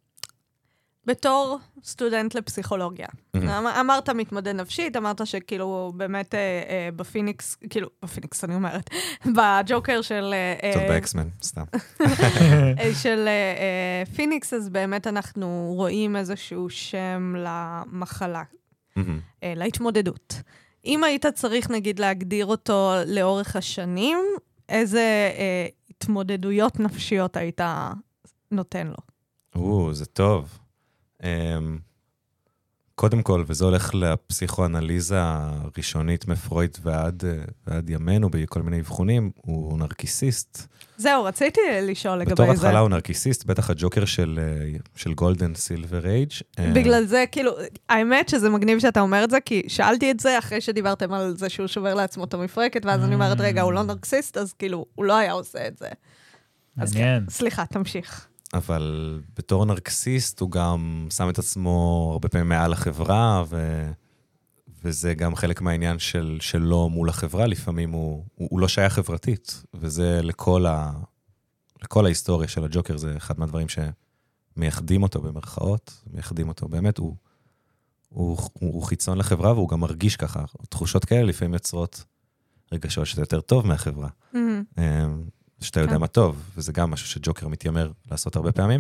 בתור סטודנט לפסיכולוגיה, אמרת מתמודד נפשית, אמרת שכאילו באמת בפיניקס, כאילו, בפיניקס אני אומרת, בג'וקר של... טוב, באקסמן, סתם. של פיניקס, אז באמת אנחנו רואים איזשהו שם למחלה, להתמודדות. אם היית צריך, נגיד, להגדיר אותו לאורך השנים, איזה אה, התמודדויות נפשיות היית נותן לו? או, זה טוב. Um, קודם כל, וזה הולך לפסיכואנליזה הראשונית מפרויד ועד, ועד ימינו, בכל מיני אבחונים, הוא נרקיסיסט. זהו, רציתי לשאול לגבי בתור זה. בתור התחלה הוא נרקיסיסט, בטח הג'וקר של, של גולדן סילבר אייג'. בגלל זה, כאילו, האמת שזה מגניב שאתה אומר את זה, כי שאלתי את זה אחרי שדיברתם על זה שהוא שובר לעצמו את המפרקת, ואז אני אומרת, רגע, הוא לא נרקסיסט, אז כאילו, הוא לא היה עושה את זה. מעניין. אז סליחה, תמשיך. אבל בתור נרקסיסט הוא גם שם את עצמו הרבה פעמים מעל החברה, ו... וזה גם חלק מהעניין של, שלו מול החברה, לפעמים הוא, הוא, הוא לא שייך חברתית, וזה לכל, ה... לכל ההיסטוריה של הג'וקר, זה אחד מהדברים שמייחדים אותו במרכאות, מייחדים אותו, באמת, הוא, הוא, הוא, הוא חיצון לחברה, והוא גם מרגיש ככה, תחושות כאלה לפעמים יוצרות רגשות שאתה יותר טוב מהחברה. Mm-hmm. שאתה יודע מה טוב, וזה גם משהו שג'וקר מתיימר לעשות הרבה פעמים.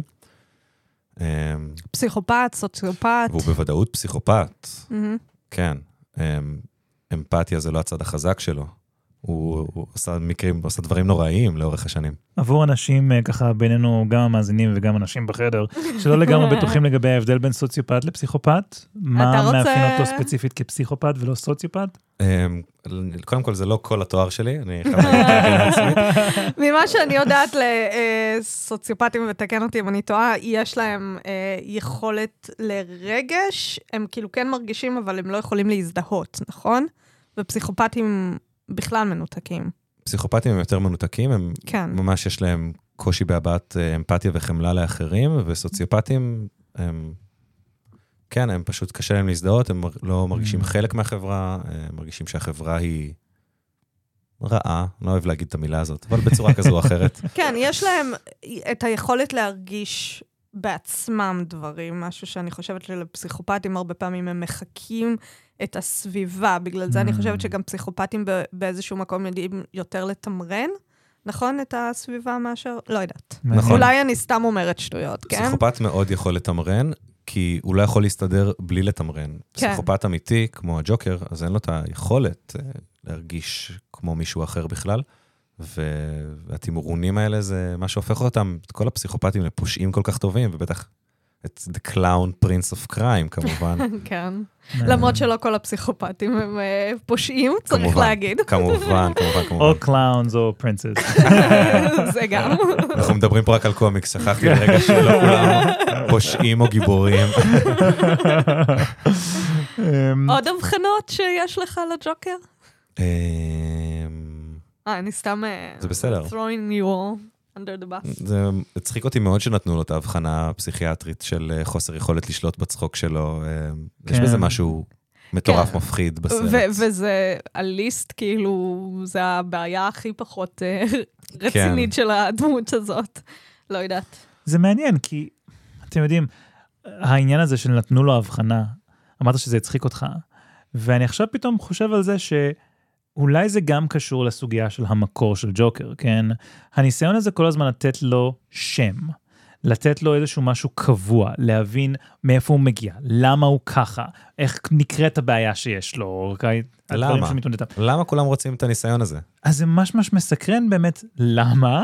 פסיכופת, סוציופת. והוא בוודאות פסיכופת. כן. אמפתיה זה לא הצד החזק שלו. הוא עושה מקרים, עושה דברים נוראיים לאורך השנים. עבור אנשים ככה בינינו, גם המאזינים וגם אנשים בחדר, שלא לגמרי בטוחים לגבי ההבדל בין סוציופת לפסיכופת, מה מאפיין אותו ספציפית כפסיכופת ולא סוציופת? קודם כל זה לא כל התואר שלי, אני חייב להגיד לעצמי. ממה שאני יודעת לסוציופטים, ותקן אותי אם אני טועה, יש להם יכולת לרגש, הם כאילו כן מרגישים, אבל הם לא יכולים להזדהות, נכון? ופסיכופטים בכלל מנותקים. פסיכופטים הם יותר מנותקים, הם כן. ממש יש להם קושי בהבעת אמפתיה וחמלה לאחרים, וסוציופטים הם, כן, הם פשוט קשה להם להזדהות, הם לא מרגישים חלק מהחברה, הם מרגישים שהחברה היא רעה, לא אוהב להגיד את המילה הזאת, אבל בצורה כזו או אחרת. כן, יש להם את היכולת להרגיש בעצמם דברים, משהו שאני חושבת שלפסיכופטים הרבה פעמים הם מחכים את הסביבה, בגלל זה אני חושבת שגם פסיכופטים באיזשהו מקום יודעים יותר לתמרן, נכון? את הסביבה מאשר? לא יודעת. נכון. אולי אני סתם אומרת שטויות, כן? פסיכופט מאוד יכול לתמרן, כי הוא לא יכול להסתדר בלי לתמרן. כן. פסיכופט אמיתי, כמו הג'וקר, אז אין לו את היכולת להרגיש כמו מישהו אחר בכלל, והתימורונים האלה זה מה שהופך אותם, את כל הפסיכופטים לפושעים כל כך טובים, ובטח את The Clown Prince of Crime, כמובן. כן. למרות שלא כל הפסיכופטים הם פושעים, צריך להגיד. כמובן, כמובן, כמובן. או clowns או princess. זה גם. אנחנו מדברים פה רק על קומיקס, שכחתי לרגע שלא כולם פושעים או גיבורים. עוד הבחנות שיש לך לג'וקר? אה, אני סתם... זה בסדר. throwing you all. זה הצחיק אותי מאוד שנתנו לו את ההבחנה הפסיכיאטרית של חוסר יכולת לשלוט בצחוק שלו. יש בזה משהו מטורף מפחיד בסרט. וזה הליסט, כאילו, זה הבעיה הכי פחות רצינית של הדמות הזאת. לא יודעת. זה מעניין, כי אתם יודעים, העניין הזה שנתנו לו ההבחנה, אמרת שזה הצחיק אותך, ואני עכשיו פתאום חושב על זה ש... אולי זה גם קשור לסוגיה של המקור של ג'וקר, כן? הניסיון הזה כל הזמן לתת לו שם, לתת לו איזשהו משהו קבוע, להבין מאיפה הוא מגיע, למה הוא ככה, איך נקראת הבעיה שיש לו, למה? למה כולם רוצים את הניסיון הזה? אז זה ממש ממש מסקרן באמת למה.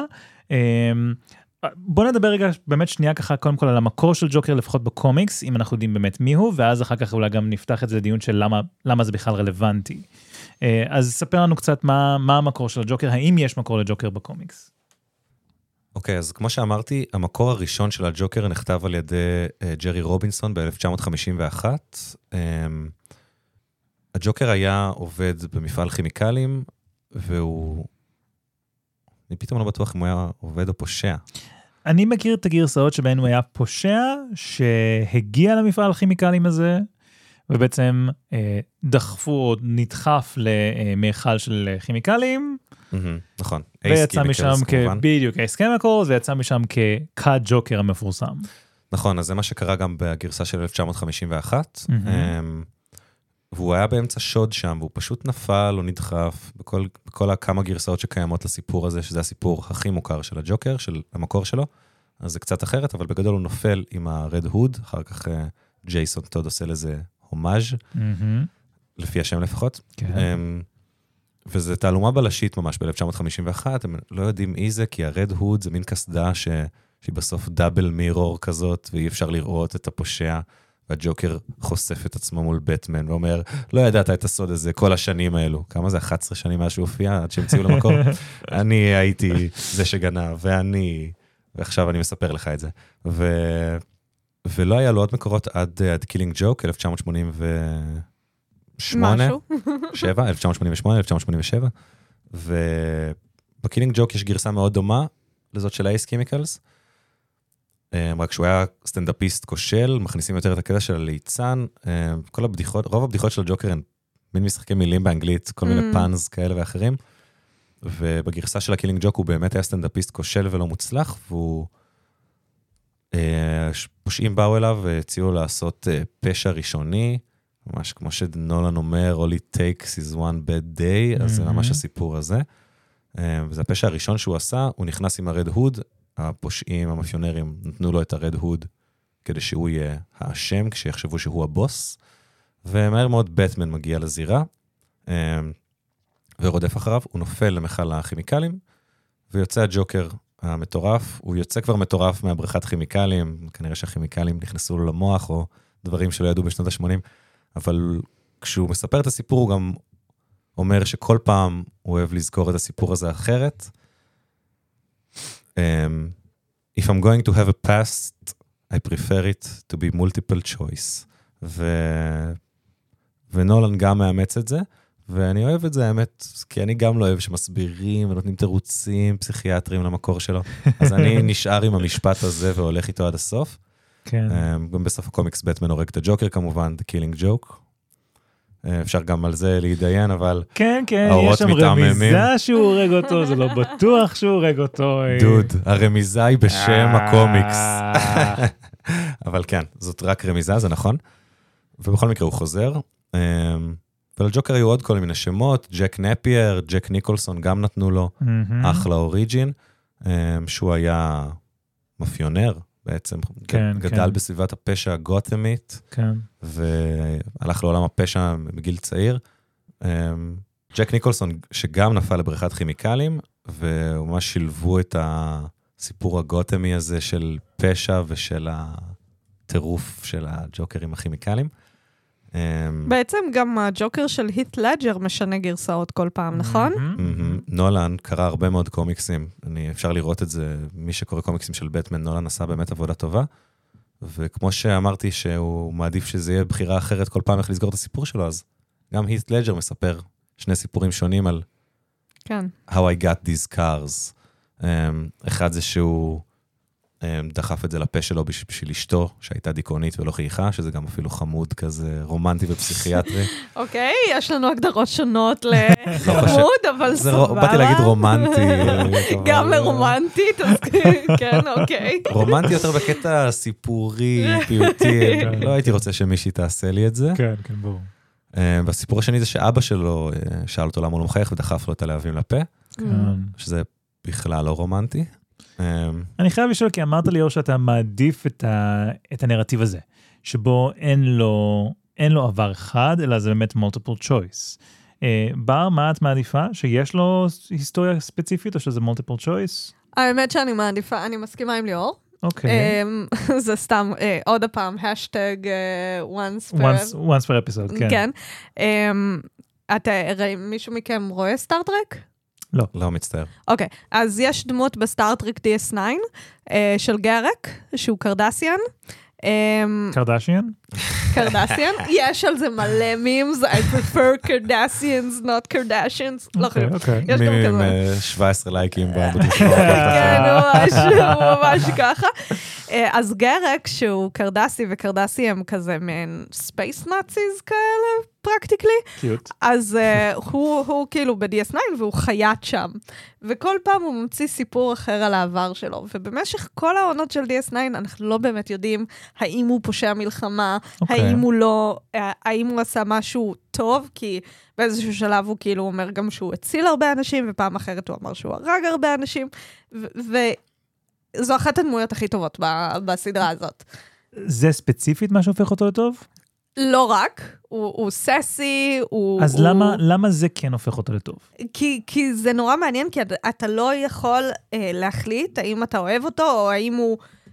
בוא נדבר רגע באמת שנייה ככה, קודם כל על המקור של ג'וקר, לפחות בקומיקס, אם אנחנו יודעים באמת מי הוא, ואז אחר כך אולי גם נפתח את זה לדיון של למה, למה זה בכלל רלוונטי. אז ספר לנו קצת מה, מה המקור של הג'וקר, האם יש מקור לג'וקר בקומיקס? אוקיי, okay, אז כמו שאמרתי, המקור הראשון של הג'וקר נכתב על ידי uh, ג'רי רובינסון ב-אלף תשע מאות חמישים ואחת. Um, הג'וקר היה עובד במפעל כימיקלים, והוא... אני פתאום לא בטוח אם הוא היה עובד או פושע. אני מכיר את הגרסאות שבהן הוא היה פושע, שהגיע למפעל כימיקלים הזה, ובעצם אה, דחפו או נדחף למאכל של כימיקלים. נכון. ויצא משם בדיוק, אייס קמיקלס, ויצא משם כקאט ג'וקר המפורסם. נכון, אז זה מה שקרה גם בגרסה של אלף תשע מאות חמישים ואחת. והוא היה באמצע שוד שם, והוא פשוט נפל או נדחף בכל, בכל הכמה גרסאות שקיימות לסיפור הזה, שזה הסיפור הכי מוכר של הג'וקר, של המקור שלו. אז זה קצת אחרת, אבל בגדול הוא נופל עם הרד הוד, אחר כך ג'ייסון טוד עושה לזה הומאז', לפי השם לפחות. וזה תעלומה בלשית ממש ב-אלף תשע מאות חמישים ואחת, הם לא יודעים מי זה, כי הרד הוד זה מין קסדה שהיא בסוף דאבל מירור כזאת, ואי אפשר לראות את הפושע, והג'וקר חושף את עצמו מול בטמן, ואומר, לא ידעת את הסוד הזה כל השנים האלו. כמה זה? אחת עשרה שנים מאז שהוא הופיע, עד שהמציאו למקור? אני הייתי זה שגנב, ואני... ועכשיו אני מספר לך את זה. ו... ולא היה לו עוד מקורות עד, עד קילינג ג'וק, אלף תשע מאות שמונים ושמונה. משהו. שבע, אלף תשע מאות שמונים ושמונה, אלף תשע מאות שמונים ושבע. ובקילינג ג'וק יש גרסה מאוד דומה לזאת של האייס קימיקלס, רק שהוא היה סטנדאפיסט כושל, מכניסים יותר את הקטע של הליצן, כל הבדיחות, רוב הבדיחות של הג'וקר הן מין משחקי מילים באנגלית, כל מיני פאנז כאלה ואחרים, ובגרסה של הקילינג ג'וק הוא באמת היה סטנדאפיסט כושל ולא מוצלח, והוא... פושעים באו אליו והציעו לעשות פשע ראשוני, ממש כמו שנולן אומר, all it takes is one bad day, אז זה ממש הסיפור הזה. וזה הפשע הראשון שהוא עשה, הוא נכנס עם הרד הוד, הפושעים, המאפיונרים, נתנו לו את הרד הוד, כדי שהוא יהיה האשם, כשיחשבו שהוא הבוס, ומהר מאוד בטמן מגיע לזירה, ורודף אחריו, הוא נופל למכל הכימיקלים, ויוצא הג'וקר המטורף, הוא יוצא כבר מטורף מהבריכת כימיקלים, כנראה שהכימיקלים נכנסו לו למוח, או דברים שלא ידעו בשנות ה-שמונים, אבל כשהוא מספר את הסיפור, הוא גם אומר שכל פעם הוא אוהב לזכור את הסיפור הזה אחרת. Um, if I'm going to have a past, I prefer it to be multiple choice. ו... ונולן גם מאמץ את זה, ואני אוהב את זה, האמת, כי אני גם לא אוהב שמסבירים ונותנים תירוצים פסיכיאטריים למקור שלו. אז אני נשאר עם המשפט הזה והולך איתו עד הסוף. כן. גם בסוף הקומיקס בטמן הורג את הג'וקר כמובן, The Killing Joke. אפשר גם על זה להידיין, אבל... כן, כן, יש שם רמיזה שהוא הורג אותו, זה לא בטוח שהוא הורג אותו. דוד, הרמיזה היא בשם הקומיקס. אבל כן, זאת רק רמיזה, זה נכון. ובכל מקרה הוא חוזר. ולג'וקר היו עוד כל מיני שמות, ג'ק נפייר, ג'ק ניקולסון גם נתנו לו, אחלה אוריג'ין, שהוא היה מפיונר בעצם, כן, גדל כן. בסביבת הפשע הגותמית, כן. והלך לעולם הפשע בגיל צעיר. ג'ק ניקולסון שגם נפל לבריכת כימיקלים, וממש שילבו את הסיפור הגותמי הזה של פשע ושל הטירוף של הג'וקר עם הכימיקלים. בעצם גם הג'וקר של הית' לג'ר משנה גרסאות כל פעם, נכון? נולן קרא הרבה מאוד קומיקסים, אפשר לראות את זה, מי שקורא קומיקסים של בטמן, נולן עשה באמת עבודה טובה, וכמו שאמרתי שהוא מעדיף שזה יהיה בחירה אחרת כל פעם איך לסגור את הסיפור שלו, אז גם הית' לג'ר מספר שני סיפורים שונים על כן. How I got these cars. אחד זה שהוא דחף את זה לפה שלו בשביל אשתו, שהייתה דיכאונית ולא חייכה, שזה גם אפילו חמוד כזה, רומנטי ופסיכיאטרי. אוקיי, יש לנו הגדרות שונות לחמוד, אבל סבבה. באתי להגיד רומנטי. גם לרומנטית, אז כן, אוקיי. רומנטי יותר בקטע סיפורי, פיוטי, לא הייתי רוצה שמישהי תעשה לי את זה. כן, כן, ברור. והסיפור השני זה שאבא שלו שאל אותו למה הוא לא מחייך, ודחף לו את הלהבים לפה, שזה בכלל לא רומנטי. אני חייב לשאול, כי אמרת לי, אור, שאתה מעדיף את, ה, את הנרטיב הזה, שבו אין לו, אין לו עבר אחד, אלא זה באמת multiple choice. בר, מה את מעדיפה? שיש לו היסטוריה ספציפית, או שזה multiple choice? האמת שאני מעדיפה, אני מסכימה עם ליאור. אוקיי. זה סתם, עוד הפעם, השטג once per... once per episode, כן. כן. אתה, מישהו מכם רואה סטארטרק? לא. לא מצטער. אוקיי, אז יש דמות בסטארטרק די אס ניין של גרק, שהוא קרדסיאן. קרדשיאן? קרדסיאן. יש על זה מלא מימס, I prefer Kardashians, not Kardashians. לא חייב. יש גם כזה. עם שבע עשרה לייקים בתקשורת. כן, ממש, ממש ככה. אז גרק, שהוא קרדסי, וקרדסי הם כזה מעין ספייס נאציז כאלה, פרקטיקלי. קיוט. אז הוא כאילו ב-די אס ניין, והוא חיית שם. וכל פעם הוא ממציא סיפור אחר על העבר שלו. ובמשך כל העונות של די אס ניין, אנחנו לא באמת יודעים האם הוא פושע מלחמה, האם הוא לא, האם הוא עשה משהו טוב, כי באיזשהו שלב הוא כאילו אומר גם שהוא הציל הרבה אנשים, ופעם אחרת הוא אמר שהוא הרג הרבה אנשים, וזו אחת הדמויות הכי טובות בסדרה הזאת. זה ספציפית מה שהופך אותו לטוב? לא רק, הוא, הוא ססי, הוא... אז הוא... למה, למה זה כן הופך אותו לטוב? כי, כי זה נורא מעניין, כי אתה לא יכול אה, להחליט האם אתה אוהב אותו, או האם הוא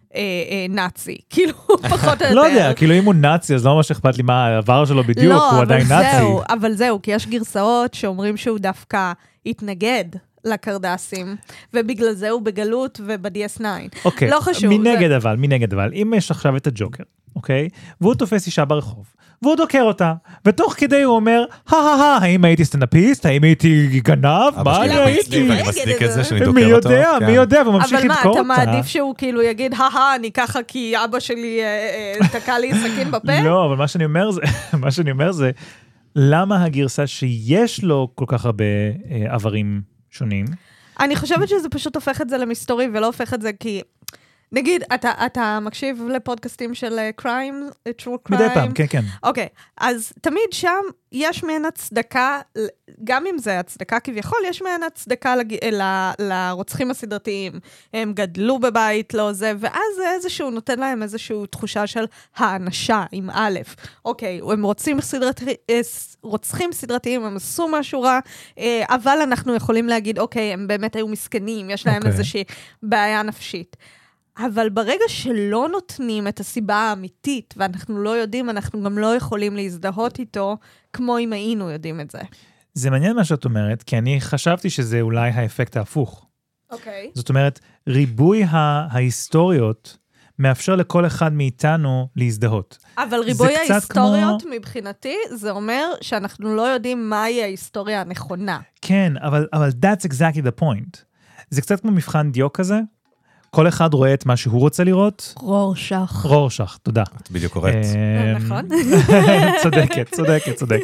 אה, אה, נאצי, כאילו, פחות או יותר. לא יודע, כאילו אם הוא נאצי, אז לא ממש אכפת לי מה העבר שלו בדיוק, לא, הוא עדיין נאצי. זהו, אבל זהו, כי יש גרסאות שאומרים שהוא דווקא התנגד לקרדסים, ובגלל זה הוא בגלות וב-די אס ניין. אוקיי, לא חשוב. מנגד זה... אבל, מנגד אבל, אם יש עכשיו את הג'וקר, אוקיי? והוא תופס אישה ברחוב, והוא דוקר אותה, ותוך כדי הוא אומר, הא, האם הייתי סטנדאפיסט? האם הייתי גנב? מה אני הייתי? ואני מצדיק את זה שאני מי דוקר אותו. יודע, מי יודע, וממשיך אבל מה, לדקור אתה אותה. מעדיף שהוא כאילו יגיד, הא, אני ככה כי אבא שלי תקע לי סכין בפה? לא, אבל מה שאני אומר זה, מה שאני אומר זה, למה הגרסה שיש לו כל כך הרבה עברים שונים? אני חושבת שזה פשוט הופך את זה למסתורי, ולא הופך את זה כי... נגיד, אתה, אתה מקשיב לפודקאסטים של קריים, true crime? מדי פעם, כן, כן. אוקיי, אז תמיד שם יש מעין הצדקה, גם אם זה הצדקה כביכול, יש מעין הצדקה לג... ל... לרוצחים הסדרתיים. הם גדלו בבית, לא זה, ואז זה איזשהו, נותן להם איזשהו תחושה של האנשה, עם א'. אוקיי, הם רוצים סדרת... רוצחים סדרתיים, הם עשו משהו רע, אבל אנחנו יכולים להגיד, אוקיי, הם באמת היו מסכנים, יש להם אוקיי. איזושהי בעיה נפשית. אבל ברגע שלא נותנים את הסיבה האמיתית, ואנחנו לא יודעים, אנחנו גם לא יכולים להזדהות איתו, כמו אם היינו יודעים את זה. זה מעניין מה שאת אומרת, כי אני חשבתי שזה אולי האפקט ההפוך. אוקיי. זאת אומרת, ריבוי ההיסטוריות מאפשר לכל אחד מאיתנו להזדהות. אבל ריבוי ההיסטוריות כמו... מבחינתי, זה אומר שאנחנו לא יודעים מהי ההיסטוריה הנכונה. כן, אבל, אבל that's exactly the point. זה קצת כמו מבחן דיו כזה, כל אחד רואה את מה שהוא רוצה לראות. רורשך. רורשך, תודה. את בדיוק קוראת. נכון. צודקת, צודקת, צודקת.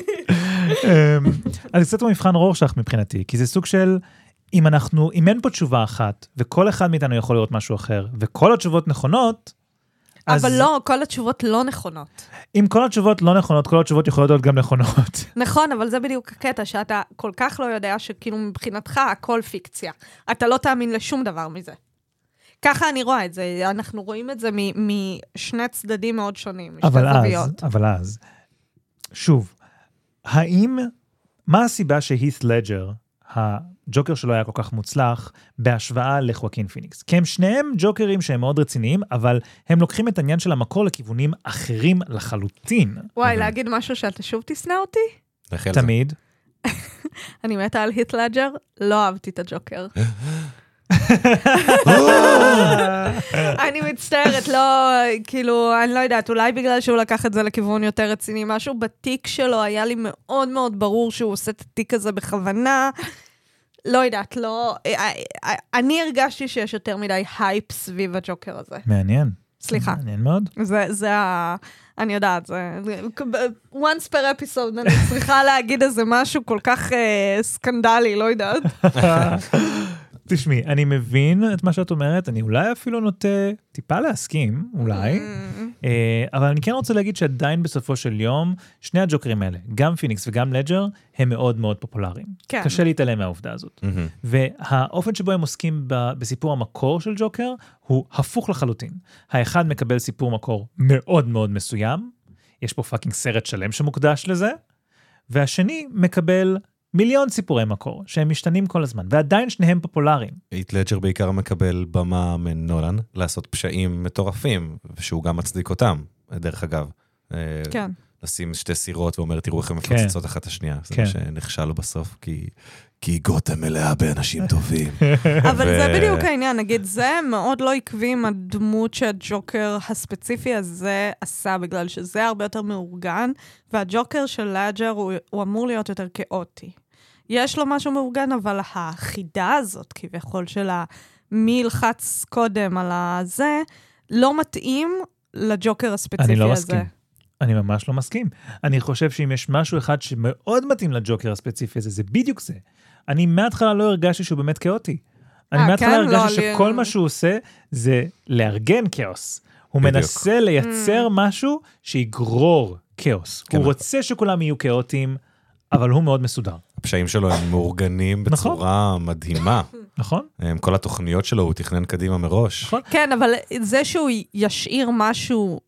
אז קצת כמו מבחן רורשך מבחינתי, כי זה סוג של, אם אנחנו, אם אין פה תשובה אחת, וכל אחד מאיתנו יכול לראות משהו אחר, וכל התשובות נכונות, אבל לא, כל התשובות לא נכונות. אם כל התשובות לא נכונות, כל התשובות יכולות להיות גם נכונות. נכון, אבל זה בדיוק הקטע, שאתה כל כך לא יודע שכאילו מבחינתך הכל פיקציה. אתה לא תאמין לשום דבר מזה. ככה אני רואה את זה, אנחנו רואים את זה משני צדדים מאוד שונים, משתי זוויות. אבל אז, שוב, האם, מה הסיבה שהית לג'ר, הג'וקר שלו היה כל כך מוצלח, בהשוואה לחואקין פיניקס? כי הם שניהם ג'וקרים שהם מאוד רציניים, אבל הם לוקחים את העניין של המקור לכיוונים אחרים לחלוטין. וואי, להגיד משהו שאתה שוב תשנא אותי? תמיד. אני מתה על היית לג'ר, לא אהבתי את הג'וקר. אני מצטערת, לא, כאילו, אני לא יודעת, אולי בגלל שהוא לקח את זה לכיוון יותר רציני, משהו בתיק שלו היה לי מאוד מאוד ברור שהוא עושה את התיק הזה בכוונה, לא יודעת, לא, אני הרגשתי שיש יותר מדי הייפ סביב הג'וקר הזה. מעניין. סליחה. מעניין מאוד. זה, זה ה... אני יודעת, זה... once per episode, אני צריכה להגיד איזה משהו כל כך סקנדלי, לא יודעת. תשמעי, אני מבין את מה שאת אומרת, אני אולי אפילו נוטה טיפה להסכים, אולי, אבל אני כן רוצה להגיד שעדיין בסופו של יום, שני הג'וקרים האלה, גם פיניקס וגם לג'ר, הם מאוד מאוד פופולריים. קשה להתעלם מהעובדה הזאת. והאופן שבו הם עוסקים בסיפור המקור של ג'וקר, הוא הפוך לחלוטין. האחד מקבל סיפור מקור מאוד מאוד מסוים, יש פה פאקינג סרט שלם שמוקדש לזה, והשני מקבל מיליון סיפורי מקור, שהם משתנים כל הזמן, ועדיין שניהם פופולריים. היית לג'ר בעיקר מקבל במה מנולן, לעשות פשעים מטורפים, ושהוא גם מצדיק אותם, דרך אגב. כן. לשים שתי סירות ואומר, תראו איך הם מפוצצות אחת השנייה. זה מה שנכשל לו בסוף, כי... כי גותם מלאה באנשים טובים. אבל זה בדיוק העניין, נגיד, זה מאוד לא עקבי עם הדמות שהג'וקר הספציפי הזה עשה, בגלל שזה הרבה יותר מאורגן, והג'וקר של לג'ר הוא, הוא אמור להיות יותר כאוטי. יש לו משהו מאורגן, אבל החידה הזאת, כביכול של מי ילחץ קודם על הזה, לא מתאים לג'וקר הספציפי אני לא הזה. מסכים. אני ממש לא מסכים. אני חושב שאם יש משהו אחד שמאוד מתאים לג'וקר הספציפי הזה, זה בדיוק זה. אני מההתחלה לא הרגשתי שהוא באמת כאוטי. אני מההתחלה הרגשתי שכל מה שהוא עושה זה לארגן כאוס. הוא מנסה לייצר משהו שיגרור כאוס. הוא רוצה שכולם יהיו כאוטיים, אבל הוא מאוד מסודר. הפשעים שלו הם מאורגנים בצורה מדהימה. נכון. כל התוכניות שלו הוא תכנן קדימה מראש. כן, אבל זה שהוא ישאיר משהו...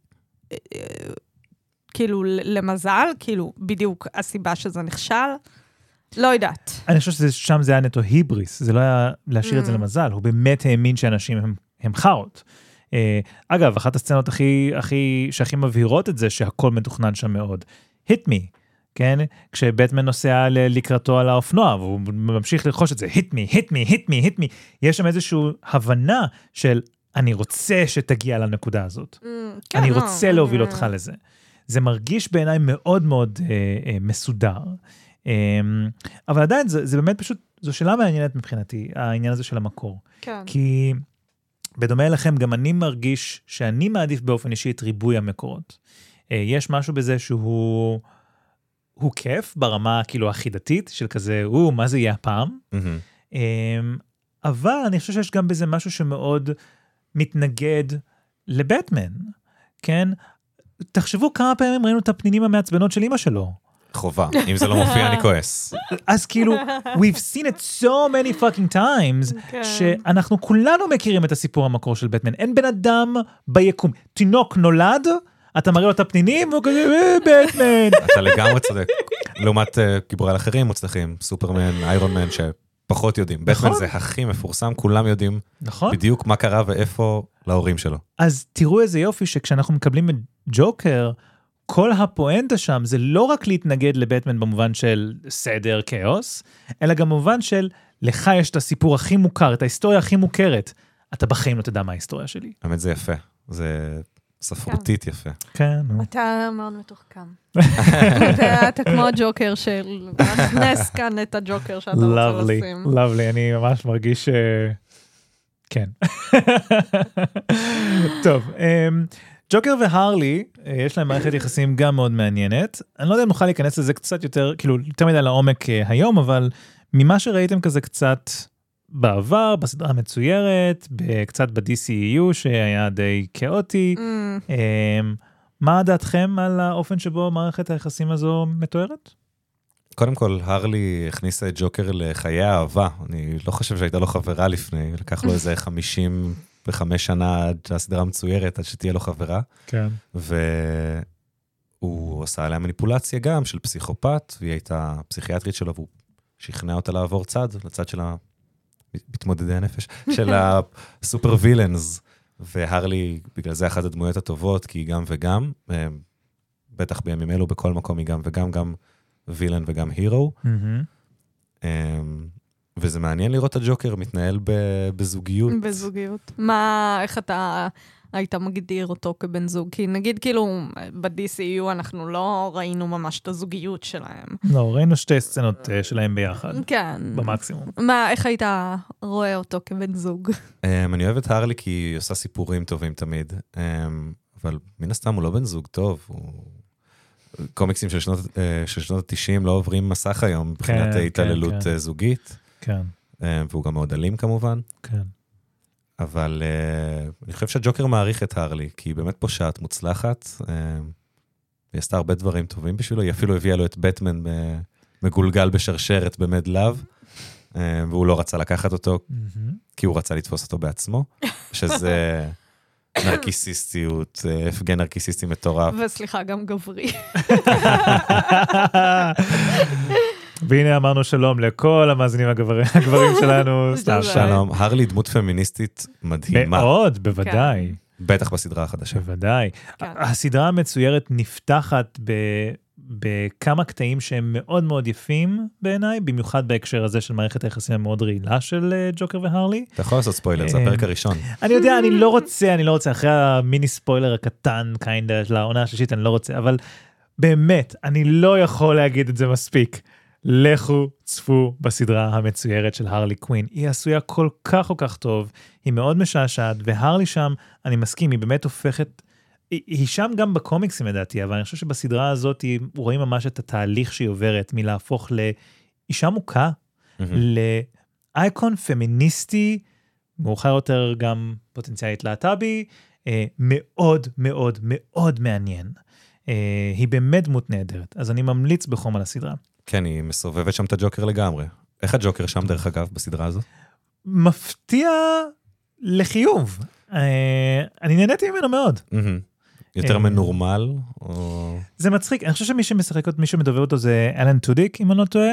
כאילו, למזל, כאילו, בדיוק הסיבה שזה נכשל, לא יודעת. אני חושב ששם זה היה נטו היבריס, זה לא היה להשאיר את זה למזל, הוא באמת האמין שאנשים הם, הם חרות. אגב, אחת הסצנות הכי, הכי, שהכי מבהירות את זה, שהכל מתוכנן שם מאוד. hit me, כן? כשבטמן נוסע לקראתו על האופנוע, והוא ממשיך ללחוש את זה, hit me, hit me, hit me, hit me. יש שם איזושהי הבנה של, אני רוצה שתגיע לנקודה הזאת. אני רוצה להוביל אותך לזה. זה מרגיש בעיניי מאוד מאוד מסודר. אבל עדיין זה, זה באמת פשוט, זו שאלה מעניינת מבחינתי, העניין הזה של המקור. כן. כי בדומה אליכם, גם אני מרגיש שאני מעדיף באופן אישי את ריבוי המקורות. יש משהו בזה שהוא הוא כיף ברמה כאילו החידתית, של כזה, או, מה זה יהיה הפעם? Mm-hmm. אבל אני חושב שיש גם בזה משהו שמאוד מתנגד לבטמן, כן? תחשבו כמה פעמים ראינו את הפנינים המעצבנות של אמא שלו. חובה, אם זה לא מופיע אני כועס. אז כאילו, we've seen it so many fucking times, שאנחנו כולנו מכירים את הסיפור המקור של בטמן. אין בן אדם ביקום. תינוק נולד, אתה מראה לו את הפנינים, והוא כזה, בטמן. אתה לגמרי צודק. לעומת גיבורי אחרים מוצלחים, סופרמן, איירון מן, שפחות יודעים. בטמן זה הכי מפורסם, כולם יודעים בדיוק מה קרה ואיפה להורים שלו. אז תראו איזה יופי, שכשאנחנו מקבלים את ג'וקר, כל הפואנטה שם זה לא רק להתנגד לבטמן במובן של סדר, כאוס, אלא גם במובן של לך יש את הסיפור הכי מוכר, את ההיסטוריה הכי מוכרת. אתה בחיים לא תדע מה ההיסטוריה שלי. האמת זה יפה, זה ספרותית יפה. כן. אתה מאוד מתוחכם. אתה כמו הג'וקר של... נכנס כאן את הג'וקר שאתה רוצה לשים. lovely, אני ממש מרגיש... כן. טוב, ג'וקר והרלי, יש להם מערכת יחסים גם מאוד מעניינת. אני לא יודע אם נוכל להיכנס לזה קצת יותר, כאילו, יותר מדי לעומק היום, אבל ממה שראיתם כזה קצת בעבר, בסדרה המצוירת, קצת ב-די סי אי יו, שהיה די כאוטי. Mm. מה דעתכם על האופן שבו מערכת היחסים הזו מתוארת? קודם כל, הרלי הכניסה את ג'וקר לחיי האהבה. אני לא חושב שהייתה לו חברה לפני, לקח לו איזה חמישים וחמש שנה עד שהסדרה מצוירת, עד שתהיה לו חברה. כן. והוא עשה עליה מניפולציה גם של פסיכופת, והיא הייתה פסיכיאטרית שלו, והוא שכנע אותה לעבור צד, לצד של מתמודדי הנפש, של הסופר וילנס, והרלי, בגלל זה אחת הדמויות הטובות, כי היא גם וגם, בטח בימים אלו, בכל מקום היא גם וגם, גם וילן וגם הירו. וזה מעניין לראות את הג'וקר מתנהל בזוגיות. בזוגיות. מה, איך אתה היית מגדיר אותו כבן זוג? כי נגיד כאילו, ב-די סי יו אנחנו לא ראינו ממש את הזוגיות שלהם. לא, ראינו שתי סצנות שלהם ביחד. כן. במקסימום. מה, איך היית רואה אותו כבן זוג? אני אוהב את הרלי כי היא עושה סיפורים טובים תמיד. אבל מן הסתם הוא לא בן זוג טוב, הוא... קומיקסים של שנות, של שנות ה-תשעים לא עוברים מסך היום, מבחינת כן, התעללות כן, כן. זוגית. כן. והוא גם מאוד אלים כמובן. כן. אבל אני חושב שהג'וקר מעריך את הרלי, כי היא באמת פושעת מוצלחת, והיא עשתה הרבה דברים טובים בשבילו, היא אפילו הביאה לו את בטמן מגולגל בשרשרת במד לב, והוא לא רצה לקחת אותו, כי הוא רצה לתפוס אותו בעצמו, שזה... נרקיסיסטיות, הפגן נרקיסיסטי מטורף. וסליחה, גם גברי. והנה אמרנו שלום לכל המאזינים הגברים שלנו. שלום, הרלי דמות פמיניסטית מדהימה. מאוד, בוודאי. בטח בסדרה החדשה. בוודאי. הסדרה המצוירת נפתחת בכמה קטעים שהם מאוד מאוד יפים בעיניי, במיוחד בהקשר הזה של מערכת היחסים המאוד רעילה של ג'וקר והרלי. אתה יכול לעשות ספוילר, זה הפרק הראשון. אני יודע, אני לא רוצה, אני לא רוצה, אחרי המיני ספוילר הקטן, קיינדה, של העונה השלישית, אני לא רוצה, אבל באמת, אני לא יכול להגיד את זה מספיק. לכו צפו בסדרה המצוירת של הרלי קווין. היא עשויה כל כך כל כך טוב, היא מאוד משעשעת, והרלי שם, אני מסכים, היא באמת הופכת... היא שם גם בקומיקסים לדעתי, אבל אני חושב שבסדרה הזאת רואים ממש את התהליך שהיא עוברת, מלהפוך לאישה מוכה, לאייקון פמיניסטי, מאוחר יותר גם פוטנציאלית להט"בי, מאוד מאוד מאוד מעניין. היא באמת דמות נהדרת, אז אני ממליץ בחום על הסדרה. כן, היא מסובבת שם את הג'וקר לגמרי. איך הג'וקר שם דרך אגב בסדרה הזאת? מפתיע לחיוב. אני נהניתי ממנו מאוד. יותר מנורמל? זה מצחיק, אני חושב שמי שמשחק אותו, מי שמדובב אותו זה אלן טודיק, אם אני לא טועה,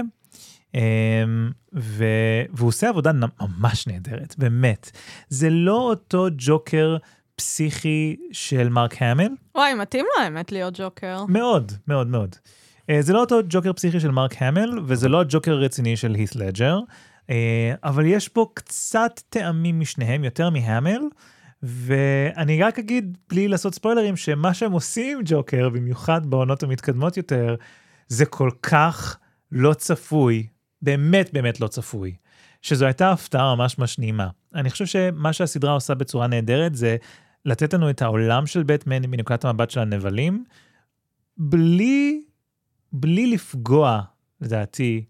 והוא עושה עבודה ממש נהדרת, באמת. זה לא אותו ג'וקר פסיכי של מרק המל. וואי, מתאים לו האמת להיות ג'וקר. מאוד, מאוד, מאוד. זה לא אותו ג'וקר פסיכי של מרק המל, וזה לא הג'וקר רציני של הית' לג'ר, אבל יש פה קצת טעמים משניהם, יותר מהמל, ואני רק אגיד, בלי לעשות ספוילרים, שמה שהם עושים ג'וקר, במיוחד בעונות המתקדמות יותר, זה כל כך לא צפוי, באמת באמת לא צפוי, שזו הייתה הפתעה ממש ממש נעימה. אני חושב שמה שהסדרה עושה בצורה נהדרת, זה לתת לנו את העולם של בטמן, מנקודת המבט של הנבלים, בלי, בלי לפגוע, לדעתי,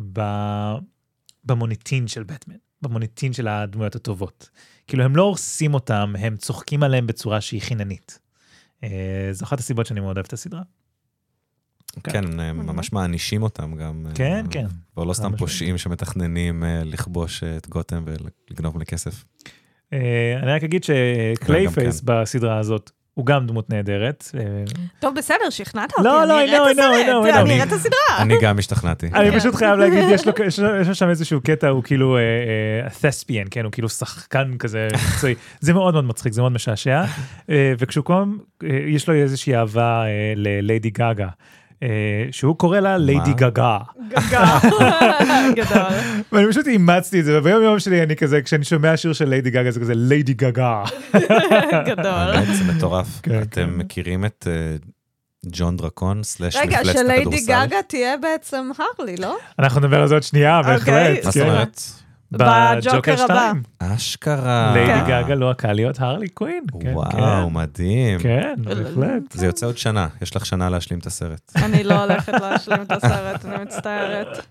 במוניטין של בטמן, במוניטין של הדמויות הטובות. כאילו, הם לא הורסים אותם, הם צוחקים עליהם בצורה שהיא חיננית. זו אחת הסיבות שאני מאוד אוהב את הסדרה. כן, הם ממש מענישים אותם גם. כן, כן. ולא סתם פושעים שמתכננים לכבוש את גותם ולגנוב לכסף. אני רק אגיד שקלייפייס בסדרה הזאת, הוא גם דמות נהדרת. טוב, בסדר, שכנעת אותי, לא, לא, אני אראה את הסרט, אני אראה את הסדרה. אני גם השתכנעתי. אני פשוט חייב להגיד, יש לו שם איזשהו קטע, הוא כאילו ת'ספיאן, כן, הוא כאילו שחקן כזה מקצועי. זה מאוד מאוד מצחיק, זה מאוד משעשע. וכשהוא קום, יש לו איזושהי אהבה לליידי גגה. שהוא קורא לה ליידי גגה. גגה, גדול. ואני פשוט אימצתי את זה, וביום יום שלי אני כזה, כשאני שומע שיר של ליידי גגה, זה כזה ליידי גגה. גדול. זה מטורף. אתם מכירים את ג'ון דרקון, סלש מפלצת רגע, הכדורסל? שליידי גגה תהיה בעצם הרלי, לא? אנחנו נדבר על זה עוד שנייה, בהחלט. מה זאת אומרת? בג'וקר הבא. אשכרה. ליידי גגה לא הקל להיות הרלי קווין. וואו, מדהים. כן, בהחלט. זה יוצא עוד שנה, יש לך שנה להשלים את הסרט. אני לא הולכת להשלים את הסרט, אני מצטערת.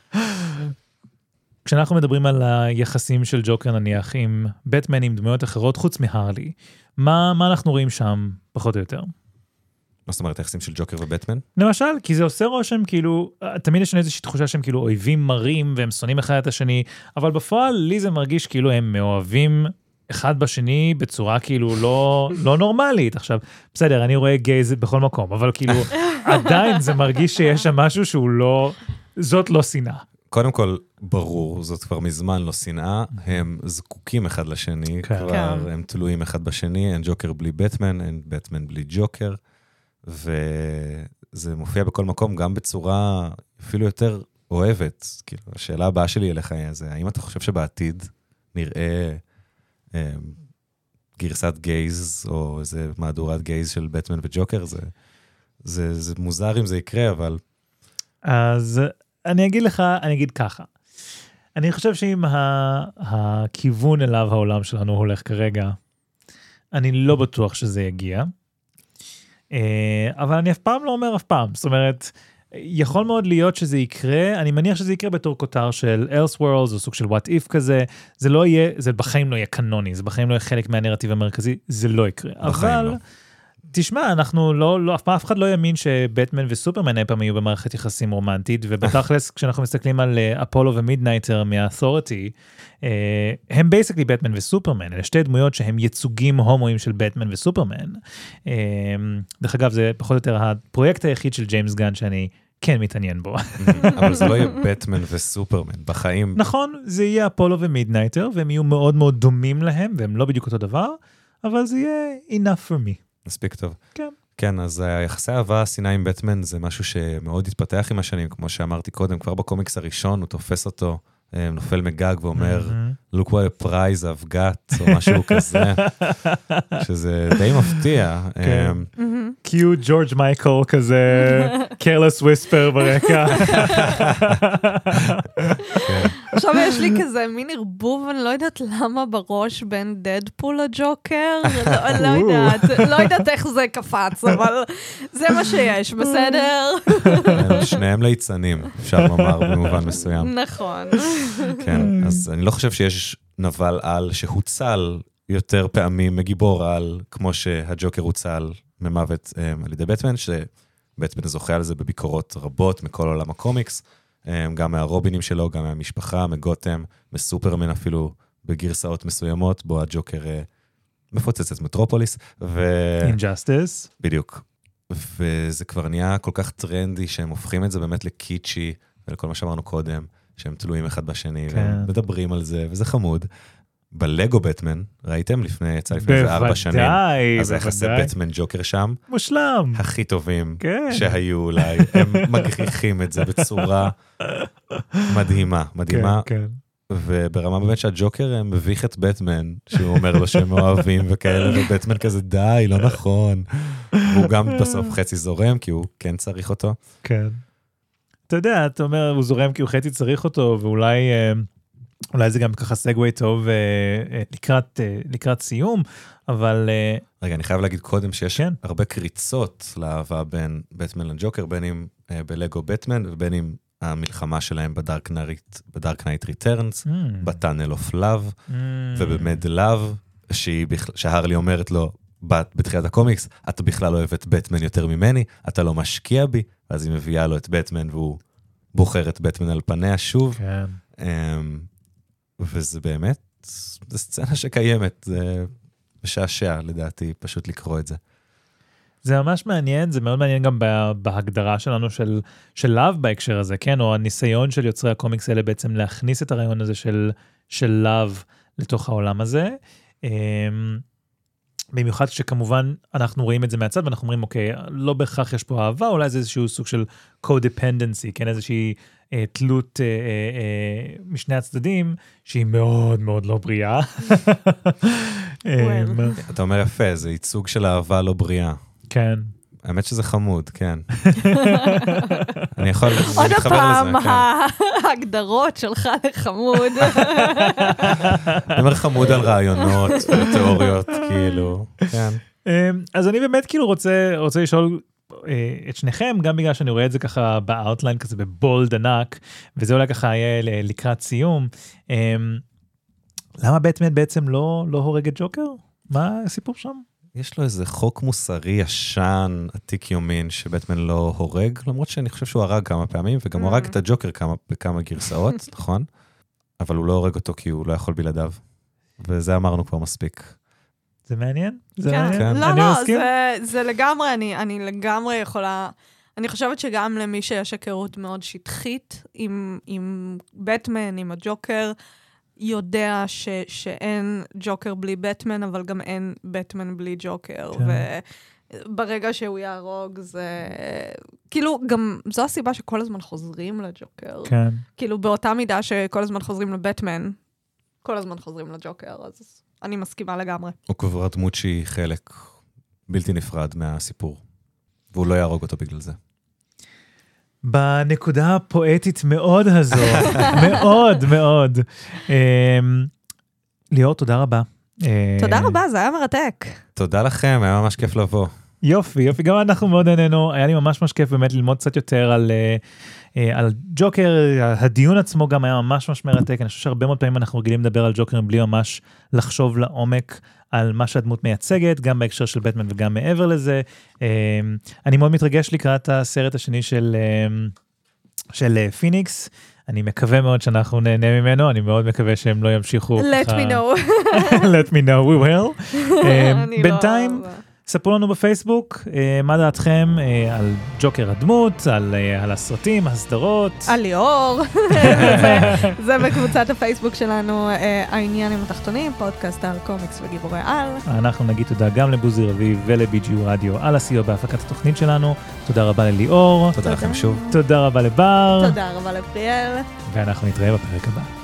כשאנחנו מדברים על היחסים של ג'וקר נניח עם בטמן עם דמויות אחרות חוץ מהרלי, מה אנחנו רואים שם פחות או יותר? מה זאת אומרת, היחסים של ג'וקר ובטמן? למשל, כי זה עושה רושם, כאילו, תמיד יש איזושהי תחושה שהם כאילו אויבים מרים, והם שונאים אחד את השני, אבל בפועל, לי זה מרגיש כאילו הם מאוהבים אחד בשני, בצורה כאילו לא, לא נורמלית. עכשיו, בסדר, אני רואה גייז בכל מקום, אבל כאילו, עדיין זה מרגיש שיש שם משהו שהוא לא, זאת לא שנאה. קודם כל, ברור, זאת כבר מזמן לא שנאה, הם זקוקים אחד לשני, כבר הם תלויים אחד בשני, אין ג'וקר בלי בטמן, אין בטמן בלי ג'וקר, וזה מופיע בכל מקום, גם בצורה אפילו יותר אוהבת. כאילו, השאלה הבאה שלי אליך היא, זה, האם אתה חושב שבעתיד נראה אה, גרסת גייז, או איזה מהדורת גייז של בטמן וג'וקר? זה, זה, זה מוזר אם זה יקרה, אבל... אז אני אגיד לך, אני אגיד ככה. אני חושב שאם הכיוון אליו העולם שלנו הולך כרגע, אני לא בטוח שזה יגיע. אבל אני אף פעם לא אומר אף פעם, זאת אומרת, יכול מאוד להיות שזה יקרה, אני מניח שזה יקרה בתור כותר של Elseworlds, או סוג של What If כזה, זה לא יהיה, זה בחיים לא יהיה קנוני, זה בחיים לא יהיה חלק מהנרטיב המרכזי, זה לא יקרה. אבל, לא. תשמע, אנחנו לא, לא, אף אחד לא יאמין שבטמן וסופרמן אי פעם יהיו במערכת יחסים רומנטית, ובתכלס, כשאנחנו מסתכלים על אפולו ומידנייטר מה-Authority, הם בייסקלי בטמן וסופרמן, אלה שתי דמויות שהם ייצוגים הומואים של בטמן וסופרמן. דרך אגב, זה פחות או יותר הפרויקט היחיד של ג'יימס גן שאני כן מתעניין בו. אבל זה לא יהיה בטמן וסופרמן, בחיים. נכון, זה יהיה אפולו ומידנייטר, והם יהיו מאוד מאוד דומים להם, והם לא בדיוק אותו דבר, אבל זה יהיה enough for me. מספיק טוב. כן. כן, אז היחסי אהבה, השנאה עם בטמן, זה משהו שמאוד התפתח עם השנים, כמו שאמרתי קודם, כבר בקומיקס הראשון, הוא תופס אותו, נופל מגג ואומר, look what a prize I've got, או משהו כזה, שזה די מפתיע. קיוט ג'ורג' מייקל כזה, careless whisper ברקע. עכשיו יש לי כזה מין ערבוב, אני לא יודעת למה בראש בין דדפול לג'וקר, לא יודעת, לא יודעת איך זה קפץ, אבל זה מה שיש, בסדר? שניהם ליצנים, אפשר לומר במובן מסוים. נכון. כן, אז אני לא חושב שיש נבל על שהוצל יותר פעמים מגיבור על, כמו שהג'וקר הוצל ממוות על ידי בטמן, שבטמן זוכה על זה בביקורות רבות מכל עולם הקומיקס, גם מהרובינים שלו, גם מהמשפחה, מגותם, מסופרמן אפילו בגרסאות מסוימות, בו הג'וקר מפוצץ את מטרופוליס. אינג'סטיס. בדיוק. וזה כבר נהיה כל כך טרנדי, שהם הופכים את זה באמת לקיצ'י, ולכל מה שאמרנו קודם, שהם תלויים אחד בשני, והם מדברים על זה, וזה חמוד. בלגו בטמן, ראיתם? לפני, יצא לפני איזה ארבע שנים. בוודאי, אז היחסי בטמן ג'וקר שם. מושלם. הכי טובים כן. שהיו אולי. הם מגחיכים את זה בצורה מדהימה, מדהימה. כן, כן. וברמה באמת שהג'וקר מביך את בטמן, שהוא אומר לו שהם אוהבים וכאלה, ובטמן כזה די, לא נכון. והוא גם בסוף חצי זורם, כי הוא כן צריך אותו. כן. אתה יודע, אתה אומר, הוא זורם כי הוא חצי צריך אותו, ואולי אולי זה גם ככה סגווי טוב לקראת, לקראת סיום, אבל... רגע, אני חייב להגיד קודם שיש כן. הרבה קריצות לאהבה בין בטמן לג'וקר, בין אם בלגו בטמן, ובין אם המלחמה שלהם בדארק נייט, בדארק נייט ריטרנס, בטאנל אוף לאב, ובמד לאב, שהרלי אומרת לו, בתחילת הקומיקס, אתה בכלל אוהב את בטמן יותר ממני, אתה לא משקיע בי, אז היא מביאה לו את בטמן, והוא בוחר את בטמן על פניה שוב. כן. וזה באמת, זו סצנה שקיימת, זה משעשע לדעתי, פשוט לקרוא את זה. זה ממש מעניין, זה מאוד מעניין גם בהגדרה שלנו של, של לאב בהקשר הזה, כן? או הניסיון של יוצרי הקומיקס האלה בעצם להכניס את הרעיון הזה של, של לאב לתוך העולם הזה. במיוחד שכמובן אנחנו רואים את זה מהצד, ואנחנו אומרים, אוקיי, לא בהכרח יש פה אהבה, אולי זה איזשהו סוג של co-dependency, כן? איזושהי אה, תלות אה, אה, משני הצדדים, שהיא מאוד מאוד לא בריאה. אתה אומר יפה, זה ייצוג של אהבה לא בריאה. כן. האמת שזה חמוד, כן. אני יכול להתחבר לזה. לזה. עוד הפעם, ההגדרות שלך לחמוד. אני אומר חמוד על רעיונות ותיאוריות, כאילו, כן. אז אני באמת כאילו רוצה, רוצה לשאול את שניכם, גם בגלל שאני רואה את זה ככה באוטליין כזה בבולד ענק, וזה אולי ככה יהיה לקראת סיום. למה בטמן בעצם לא, לא הורג את ג'וקר? מה הסיפור שם? יש לו איזה חוק מוסרי ישן, עתיק יומין, שבטמן לא הורג, למרות שאני חושב שהוא הרג כמה פעמים, וגם הוא הרג את הג'וקר כמה, בכמה גרסאות, נכון? אבל הוא לא הורג אותו כי הוא לא יכול בלעדיו. וזה אמרנו כבר מספיק. זה מעניין? זה כן. מעניין? לא, אני לא, מסכים? זה, זה לגמרי, אני, אני לגמרי יכולה... אני חושבת שגם למי שיש היכרות מאוד שטחית, עם, עם בטמן, עם הג'וקר, יודע ש, שאין ג'וקר בלי בטמן, אבל גם אין בטמן בלי ג'וקר. כן. וברגע שהוא יהרוג, זה... כאילו, גם זו הסיבה שכל הזמן חוזרים לג'וקר. כן. כאילו, באותה מידה שכל הזמן חוזרים לבטמן, כל הזמן חוזרים לג'וקר, אז אני מסכימה לגמרי. הוא כבר דמות שהיא חלק בלתי נפרד מהסיפור, והוא לא יהרוג אותו בגלל זה. בנקודה הפואטית מאוד הזו, מאוד מאוד. ליאור, תודה רבה. תודה רבה, זה היה מרתק. תודה לכם, היה ממש כיף לבוא. יופי, יופי, גם אנחנו מאוד נהנינו, היה לי ממש ממש כיף באמת ללמוד קצת יותר על, על ג'וקר, הדיון עצמו גם היה ממש ממש מרתק, אני חושב שהרבה מאוד פעמים אנחנו רגילים לדבר על ג'וקר בלי ממש לחשוב לעומק על מה שהדמות מייצגת, גם בהקשר של בטמן וגם מעבר לזה. אני מאוד מתרגש לקראת הסרט השני של, של פיניקס, אני מקווה מאוד שאנחנו נהנה ממנו, אני מאוד מקווה שהם לא ימשיכו Let me know. Let me know, we will. בינתיים, ספרו לנו בפייסבוק, מה דעתכם על ג'וקר הדמות, על, על הסרטים, הסדרות. על ליאור. זה בקבוצת הפייסבוק שלנו, העניין עם התחתונים, פודקאסט על קומיקס וגיבורי על. אנחנו נגיד תודה גם לבוזי רביב ול-בי ג'י יו רדיו על הסיוע בהפקת התוכנית שלנו. תודה רבה לליאור. תודה לכם שוב. תודה רבה לבר. תודה רבה לפריאל. ואנחנו נתראה בפרק הבא.